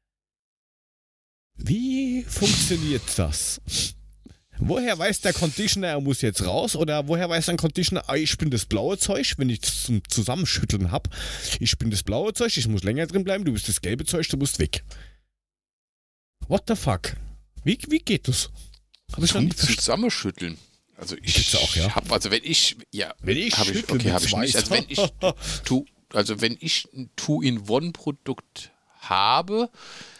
Wie funktioniert das? Woher weiß der Conditioner, er muss jetzt raus? Oder woher weiß ein Conditioner, ah, ich bin das blaue Zeug, wenn ich das zum Zusammenschütteln habe? Ich bin das blaue Zeug, ich muss länger drin bleiben, du bist das gelbe Zeug, du musst weg. What the fuck? Wie, wie geht das? Hab ich noch Zum nicht verstanden. Zusammenschütteln. Also ich Gibt's auch, ja? hab, also wenn ich, ja, Wenn ich hab ich, schüttle okay, mit habe ich nicht. Also wenn ich, tu, also wenn ich ein Two-in-One-Produkt habe,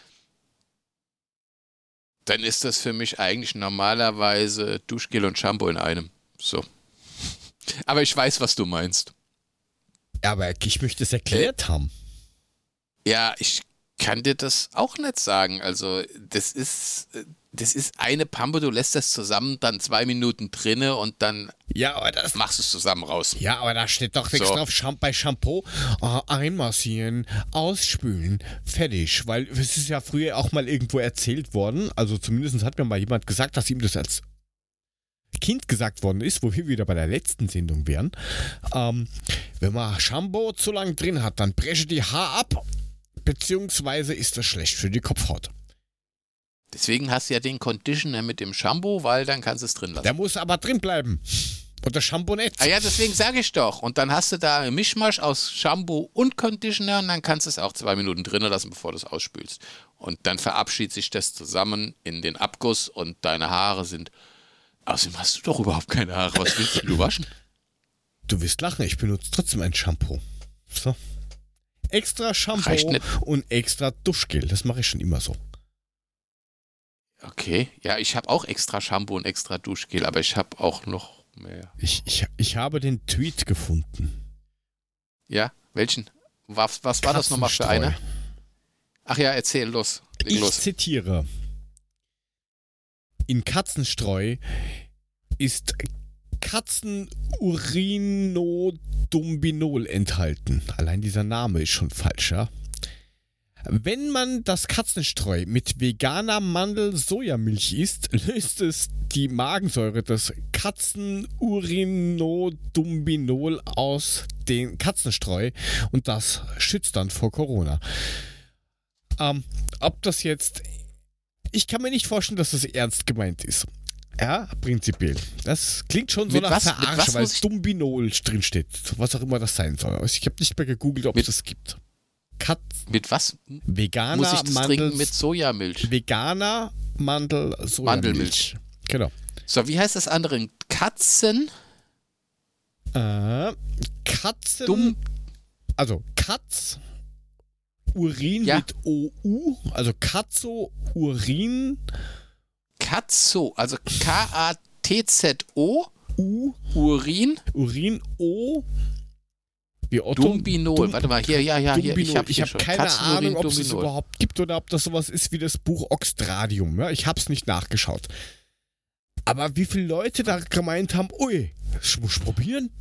dann ist das für mich eigentlich normalerweise Duschgel und Shampoo in einem. So. Aber ich weiß, was du meinst. Ja, aber ich möchte es erklärt haben. Ja, ich kann dir das auch nicht sagen. Also, das ist, das ist eine Pampe, du lässt das zusammen, dann zwei Minuten drinne und dann Ja, aber das machst du es zusammen raus. Ja, aber da steht doch nichts So. drauf. Sham- Bei Shampoo äh, einmassieren, ausspülen, fertig. Weil es ist ja früher auch mal irgendwo erzählt worden, also zumindest hat mir mal jemand gesagt, dass ihm das als Kind gesagt worden ist, wo wir wieder bei der letzten Sendung wären. Ähm, wenn man Shampoo zu lang drin hat, dann breche die Haar ab, beziehungsweise ist das schlecht für die Kopfhaut. Deswegen hast du ja den Conditioner mit dem Shampoo, weil dann kannst du es drin lassen. Der muss aber drin bleiben. Und das Shampoo nicht. Ah ja, deswegen sage ich doch. Und dann hast du da einen Mischmasch aus Shampoo und Conditioner und dann kannst du es auch zwei Minuten drinnen lassen, bevor du es ausspülst. Und dann verabschiedet sich das zusammen in den Abguss und deine Haare sind... Außerdem hast du doch überhaupt keine Haare. Was willst du waschen? Du wirst lachen, ich benutze trotzdem ein Shampoo. So. Extra Shampoo und extra Duschgel. Das mache ich schon immer so. Okay, ja, ich habe auch extra Shampoo und extra Duschgel, aber ich habe auch noch mehr. Ich, ich, ich habe den Tweet gefunden. Ja, welchen? Was, was war das nochmal für einer? Ach ja, erzähl, los. Leg Ich los. zitiere. In Katzenstreu ist Katzenurinodubinol enthalten. Allein dieser Name ist schon falsch, ja? Wenn man das Katzenstreu mit veganer Mandel-Sojamilch isst, löst es die Magensäure des Katzenurinodubinol aus dem Katzenstreu und das schützt dann vor Corona. Ähm, ob das jetzt... Ich kann mir nicht vorstellen, dass das ernst gemeint ist. Ja, prinzipiell. Das klingt schon so mit nach was, Verarsche, weil Dumbinol drin steht. Was auch immer das sein soll. Ich habe nicht mehr gegoogelt, ob es das gibt. Kat mit was veganer muss ich das Mandel, trinken? Mit Sojamilch. Veganer Mandel Sojamilch. Mandelmilch. Genau. So, wie heißt das andere? Katzen? Äh, Katzen. Dumm. Also Katz. Urin Ja. mit O U. Also Katzo Urin. Katzo, also K A T Z O. U. Urin. Urin O. Wie Otto. Dumbinol. Dum- Warte mal, hier, ja, ja, hier. Dumbinol. Ich habe ich hab schon. keine Katzenurin, Ahnung, ob es es Dumbinol. überhaupt gibt oder ob das sowas ist wie das Buch Oxtradium. Ja? Ich habe es nicht nachgeschaut. Aber wie viele Leute da gemeint haben, ui, ich muss probieren.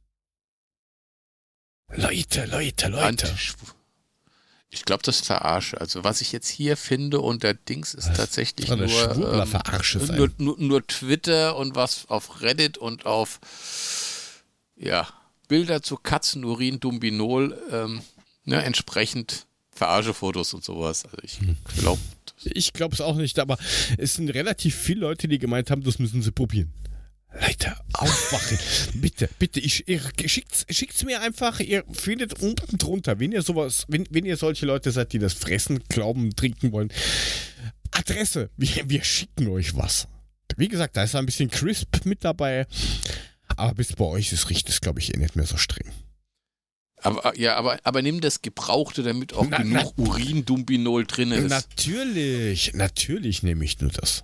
Leute, Leute, Leute. Antisch- Ich glaube, das ist Verarsche. Also was ich jetzt hier finde unter Dings ist tatsächlich soll eine nur, Schwurbler-Verarsche ähm, sein. nur, nur, nur Twitter und was auf Reddit und auf ja, Bilder zu Katzenurin, Dumbinol, ähm, ne, entsprechend Verarschefotos und sowas. Also ich glaube. Ich glaube es auch nicht, aber es sind relativ viele Leute, die gemeint haben, das müssen sie probieren. Leute, aufwachen. Bitte, bitte, ich, ihr schickt's, schickt's mir einfach, ihr findet unten drunter, wenn ihr sowas, wenn, wenn ihr solche Leute seid, die das fressen, glauben, trinken wollen. Adresse, wir, wir schicken euch was. Wie gesagt, da ist ein bisschen Crisp mit dabei, aber bis bei euch ist riecht es, glaube ich, eh nicht mehr so streng. Aber ja, aber, aber nimm das Gebrauchte, damit auch Na, genug Urin-Dumbinol drin ist. Natürlich, natürlich nehme ich nur das.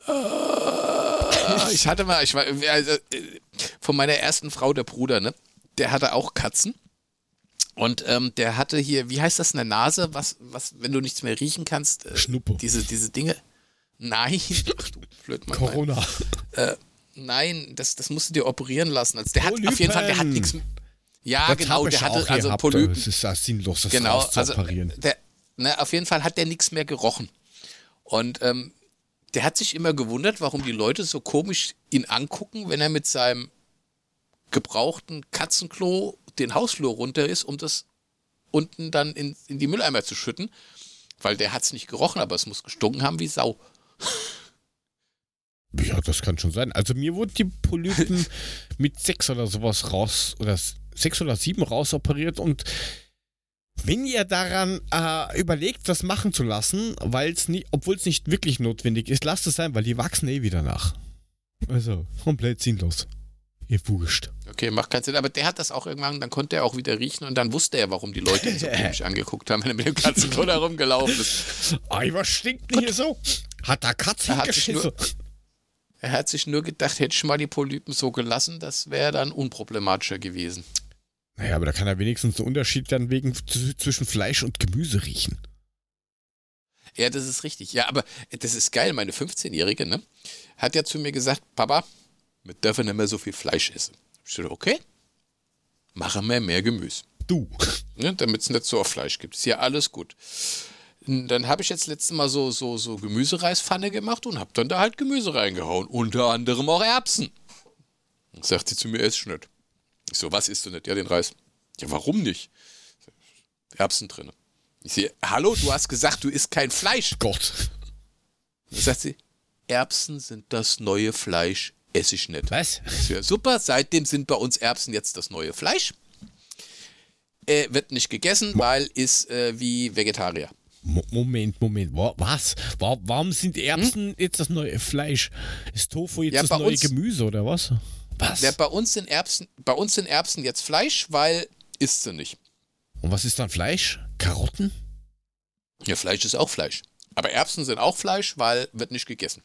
Ich hatte mal, ich war, also, von meiner ersten Frau, der Bruder, ne? Der hatte auch Katzen. Und ähm, der hatte hier, wie heißt das in der Nase, was, was, wenn du nichts mehr riechen kannst? Äh, Schnuppe. Diese, diese Dinge. Nein. Ach du Blödmann. Corona. Äh, nein, das, das musst du dir operieren lassen. Also der hat Polypen. auf jeden Fall, der hat nichts. Ja, Das genau, hab ich der hatte auch also gehabt, Polypen. Es ist ja sinnlos, das Genau, also rauszuoperieren. der, ne, auf jeden Fall hat der nichts mehr gerochen. Und ähm, der hat sich immer gewundert, warum die Leute so komisch ihn angucken, wenn er mit seinem gebrauchten Katzenklo den Hausflur runter ist, um das unten dann in, in die Mülleimer zu schütten. Weil der hat es nicht gerochen, aber es muss gestunken haben wie Sau. Ja, das kann schon sein. Also mir wurden die Polypen mit sechs oder sowas raus, oder sechs oder sieben rausoperiert und wenn ihr daran äh, überlegt, das machen zu lassen, weil's nie, obwohl es nicht wirklich notwendig ist, lasst es sein, weil die wachsen eh wieder nach. Also, komplett sinnlos. Ihr wurscht. Okay, macht keinen Sinn. Aber der hat das auch irgendwann, dann konnte er auch wieder riechen und dann wusste er, warum die Leute ihn so komisch angeguckt haben, wenn er mit dem Katzenklo da rumgelaufen ist. Ei, was stinkt denn hier so? Hat da Katze Er hat sich geschissen? nur- Er hat sich nur gedacht, hätte ich mal die Polypen so gelassen, das wäre dann unproblematischer gewesen. Naja, aber da kann er wenigstens einen Unterschied dann wegen z- zwischen Fleisch und Gemüse riechen. Ja, das ist richtig. Ja, aber das ist geil. Meine fünfzehnjährige, ne, hat ja zu mir gesagt, Papa, wir dürfen nicht mehr so viel Fleisch essen. Ich dachte, okay, machen wir mehr Gemüse. Du. Ne, damit es nicht so auf Fleisch gibt. Ist ja alles gut. Dann habe ich jetzt letztes Mal so, so, so Gemüsereispfanne gemacht und habe dann da halt Gemüse reingehauen. Unter anderem auch Erbsen. Dann sagt sie zu mir, ess ich nicht. Ich so, was isst du nicht? Ja, den Reis. Ja, warum nicht? Erbsen drin. Ich sehe, hallo, du hast gesagt, du isst kein Fleisch. Gott. Dann sagt sie, Erbsen sind das neue Fleisch. esse ich nicht. Was? Das wäre super. Seitdem sind bei uns Erbsen jetzt das neue Fleisch. Äh, wird nicht gegessen, weil ist äh, wie Vegetarier. Mo- Moment, Moment. Wa- Was? Wa- Warum sind Erbsen jetzt das neue Fleisch? Ist Tofu jetzt Ja, das bei neue uns- Gemüse oder was? Was? Ja, bei uns sind Erbsen, bei uns sind Erbsen jetzt Fleisch, weil isst sie nicht. Und was ist dann Fleisch? Karotten? Ja, Fleisch ist auch Fleisch. Aber Erbsen sind auch Fleisch, weil wird nicht gegessen.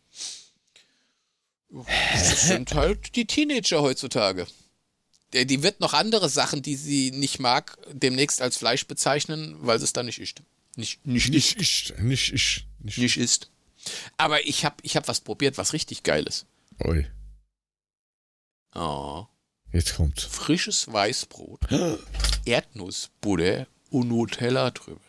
Das sind halt die Teenager heutzutage. Die die wird noch andere Sachen, die sie nicht mag, demnächst als Fleisch bezeichnen, weil sie es dann nicht isst. Nicht, nicht, Nicht isst. ich, nicht ich. Nicht. Nicht isst. Aber ich habe ich hab was probiert, was richtig geil ist. Ui, Oh. jetzt kommt's. Frisches Weißbrot, Erdnussbutter und Nutella drüber.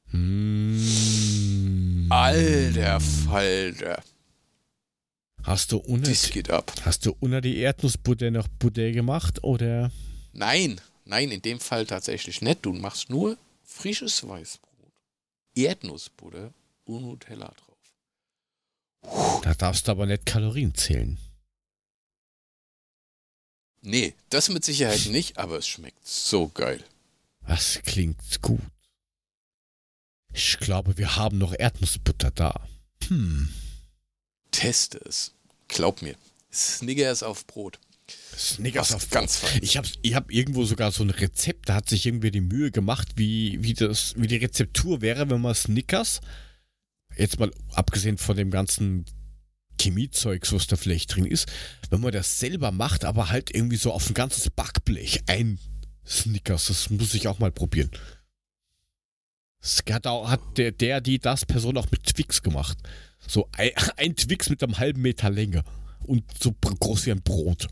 Hm. Alter Falter. Hast du unter, Das geht ab. hast du unter die Erdnussbutter noch Butter gemacht oder? Nein, nein, in dem Fall tatsächlich nicht. Du machst nur frisches Weißbrot, Erdnussbutter und Nutella drauf. Da darfst du aber nicht Kalorien zählen. Nee, das mit Sicherheit nicht, aber es schmeckt so geil. Das klingt gut. Ich glaube, wir haben noch Erdnussbutter da. Hm. Teste es. Glaub mir. Snickers auf Brot. Snickers Was auf ganz fein. Ich habe ich hab irgendwo sogar so ein Rezept, da hat sich irgendwie die Mühe gemacht, wie, wie, das, wie die Rezeptur wäre, wenn man Snickers, jetzt mal abgesehen von dem ganzen Chemiezeugs, was da vielleicht drin ist, wenn man das selber macht, aber halt irgendwie so auf ein ganzes Backblech ein Snickers, das muss ich auch mal probieren. Das hat, auch, hat der, der, die, das Person auch mit Twix gemacht. So ein, ein Twix mit einem halben Meter Länge und so groß wie ein Brot.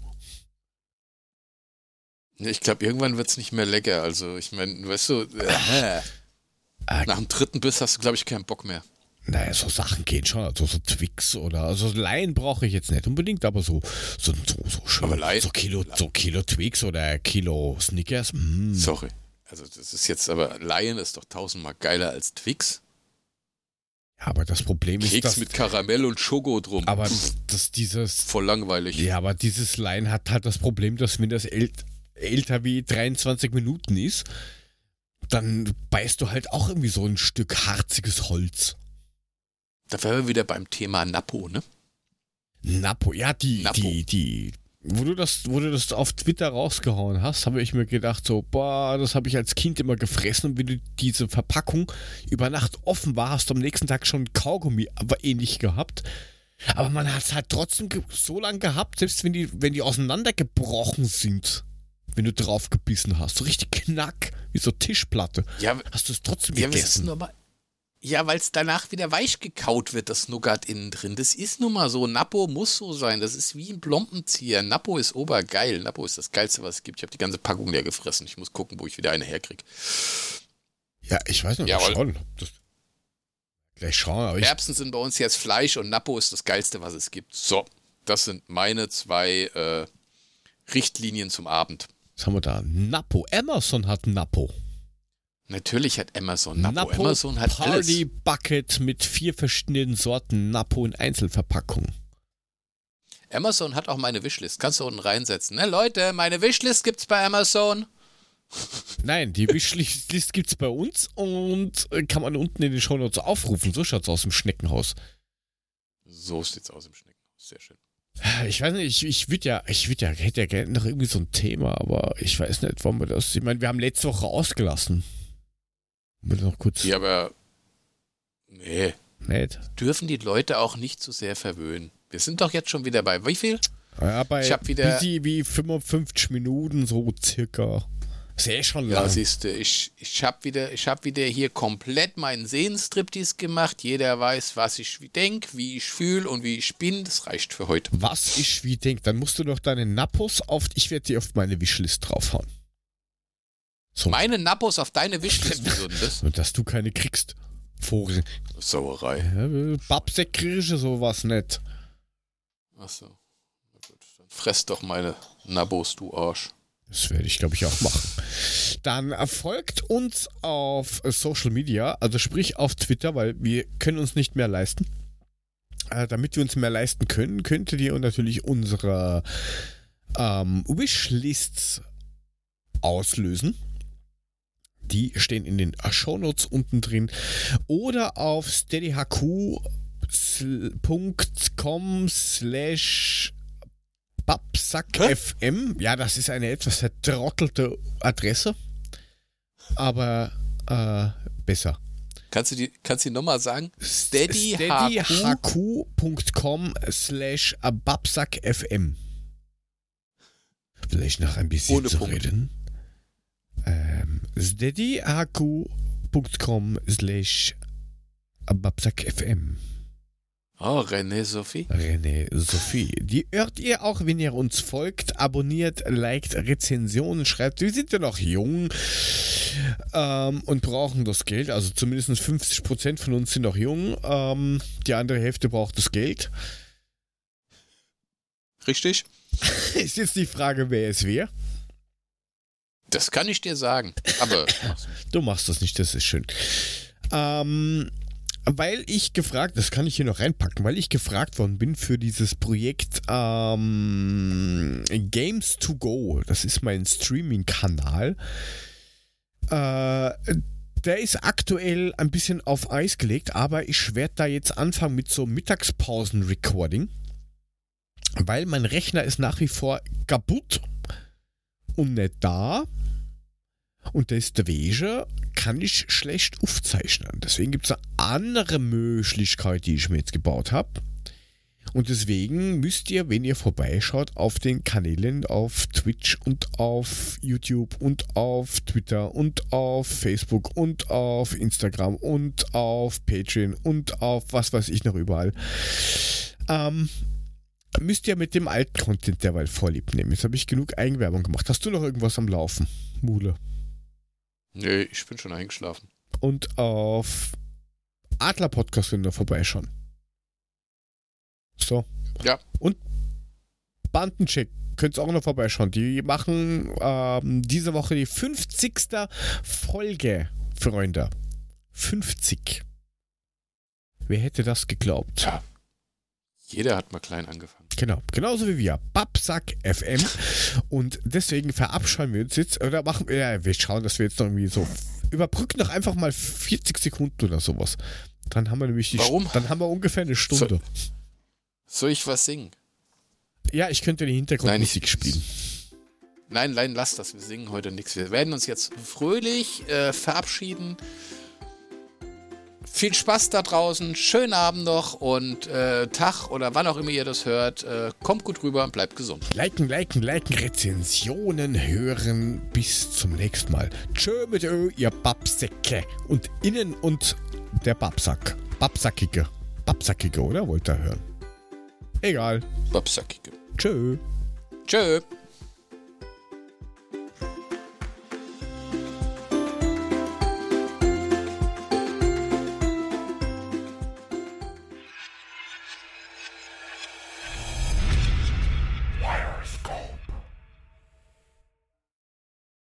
Ich glaube, irgendwann wird es nicht mehr lecker. Also, ich meine, weißt du, äh, Äh, nach dem dritten Biss hast du, glaube ich, keinen Bock mehr. Naja, so Sachen gehen schon, also so Twix oder, also Laien brauche ich jetzt nicht unbedingt, aber so, so, so, so schön, Aber Laien- so Kilo, so Kilo Twix oder Kilo Snickers, mm. Sorry. Also, das ist jetzt aber, Lion ist doch tausendmal geiler als Twix. Ja, aber das Problem ist, Keks dass, mit Karamell und Schoko drum. aber dass dieses, Voll langweilig. ja, aber dieses Laien hat halt das Problem, dass wenn das äl älter wie dreiundzwanzig Minuten ist, dann beißt du halt auch irgendwie so ein Stück harziges Holz. Da wären wir wieder beim Thema Napo, ne? Napo, ja, die, Napo. die, die, wo du das, wo du das auf Twitter rausgehauen hast, habe ich mir gedacht, so, boah, das habe ich als Kind immer gefressen und wenn du diese Verpackung über Nacht offen war, hast du am nächsten Tag schon Kaugummi, aber ähnlich gehabt. Aber man hat es halt trotzdem ge so lange gehabt, selbst wenn die, wenn die auseinandergebrochen sind, wenn du drauf gebissen hast, so richtig knack, wie so Tischplatte, Ja, hast du es trotzdem ja, es ist gegessen. nur mal, ja, weil es danach wieder weich gekaut wird, das Nougat innen drin. Das ist nun mal so. Napo muss so sein. Das ist wie ein Plombenzieher. Napo ist obergeil. Napo ist das Geilste, was es gibt. Ich habe die ganze Packung leer gefressen. Ich muss gucken, wo ich wieder eine herkriege. Ja, ich weiß nicht, Jawohl. schauen. Das, gleich schauen, aber ich, Erbsen sind bei uns jetzt Fleisch und Napo ist das Geilste, was es gibt. So, das sind meine zwei äh, Richtlinien zum Abend. was haben wir da? Napo. Amazon hat Napo. Natürlich hat Amazon Napo. Napo Amazon hat Party alles. Bucket mit vier verschiedenen Sorten Napo in Einzelverpackung. Amazon hat auch meine Wishlist. Kannst du unten reinsetzen. Ne, Leute, meine Wishlist gibt's bei Amazon. Nein, die Wishlist gibt's bei uns und äh, kann man unten in den Shownotes aufrufen. So schaut's aus im Schneckenhaus. So sieht's aus im Schneckenhaus. Sehr schön. Ich weiß nicht, ich, ich würde ja, ich würde ja, hätte ja gerne noch irgendwie so ein Thema, aber ich weiß nicht, wollen wir das. Ich meine, wir haben letzte Woche ausgelassen. Wollen wir noch kurz. Ja, aber nee, Nicht? dürfen die Leute auch nicht zu sehr verwöhnen. Wir sind doch jetzt schon wieder bei wie viel? Ja, bei Ich hab wieder- busy wie fünfundfünfzig Minuten, so circa. Ist ja eh schon Ja, lang. siehst du, ich, ich habe wieder, ich hab wieder hier komplett meinen Seelenstriptease gemacht. Jeder weiß, was ich denke, wie ich fühle und wie ich bin. Das reicht für heute. Was ich wie denk, dann musst du doch deine Nappos auf, ich werde die auf meine Wishlist draufhauen. So, Meine Nappos auf deine Wishlist, wieso denn das? und dass du keine kriegst. Vogel. Sauerei. Ja, Babsäck kriegst du sowas nicht. Achso. Na gut, dann fress doch meine Nabos, du Arsch. Das werde ich, glaube ich, auch machen. Dann folgt uns auf Social Media, also sprich auf Twitter, weil wir können uns nicht mehr leisten. Äh, damit wir uns mehr leisten können, könntet ihr natürlich unsere ähm, Wishlists auslösen. Die stehen in den Shownotes unten drin. Oder auf steadyhq punkt com slash babsackfm. Ja, das ist eine etwas vertrottelte Adresse. Aber äh, besser. Kannst du die, kannst du die nochmal sagen? steadyhq punkt com slash babsackfm. Vielleicht noch ein bisschen Ohne zu Punkt. reden. Ähm, steadyhq punkt com slash babsackfm. Oh, René Sophie. René Sophie. Die hört ihr auch, wenn ihr uns folgt, abonniert, liked, Rezensionen schreibt. Wir sind ja noch jung ähm, und brauchen das Geld. Also zumindest fünfzig Prozent von uns sind noch jung. Ähm, die andere Hälfte braucht das Geld. Richtig? Ist jetzt die Frage, wer es wäre. Das kann ich dir sagen. Aber Du machst das nicht, das ist schön. Ähm... Weil ich gefragt, das kann ich hier noch reinpacken, weil ich gefragt worden bin für dieses Projekt ähm, Games to Go. Das ist mein Streaming-Kanal. Äh, der ist aktuell ein bisschen auf Eis gelegt, aber ich werde da jetzt anfangen mit so Mittagspausen-Recording, weil mein Rechner ist nach wie vor kaputt und nicht da. Und deswegen kann ich schlecht aufzeichnen. Deswegen gibt es eine andere Möglichkeit, die ich mir jetzt gebaut habe. Und deswegen müsst ihr, wenn ihr vorbeischaut, auf den Kanälen auf Twitch und auf YouTube und auf Twitter und auf Facebook und auf Instagram und auf Patreon und auf was weiß ich noch überall, ähm, müsst ihr mit dem alten Content derweil Vorlieb nehmen. Jetzt habe ich genug Eigenwerbung gemacht. Hast du noch irgendwas am Laufen, Mule? nee, ich bin schon eingeschlafen. Und auf Adler Podcast können wir vorbeischauen. So. Ja. Und Bandencheck könnt ihr auch noch vorbeischauen. Die machen ähm, diese Woche die fünfzigste Folge, Freunde. fünfzig. Wer hätte das geglaubt? Ja. Jeder hat mal klein angefangen. Genau, genauso wie wir. Babsack F M. Und deswegen verabscheuen wir uns jetzt, oder machen wir, ja, wir schauen, dass wir jetzt noch irgendwie so, überbrücken doch einfach mal vierzig Sekunden oder sowas. Dann haben wir nämlich die, Warum? Dann haben wir ungefähr eine Stunde. So, soll ich was singen? Ja, ich könnte die Hintergrundmusik Nein, ich, spielen. Nein, nein, lass das. Wir singen heute nichts. Wir werden uns jetzt fröhlich äh, verabschieden. Viel Spaß da draußen, schönen Abend noch und äh, Tag oder wann auch immer ihr das hört. Äh, kommt gut rüber und bleibt gesund. Liken, liken, liken, Rezensionen hören. Bis zum nächsten Mal. Tschö mit Ö, ihr Babsäcke. Und innen und der Babsack. Babsackige. Babsackige, oder? Wollt ihr hören? Egal. Babsackige. Tschö. Tschö.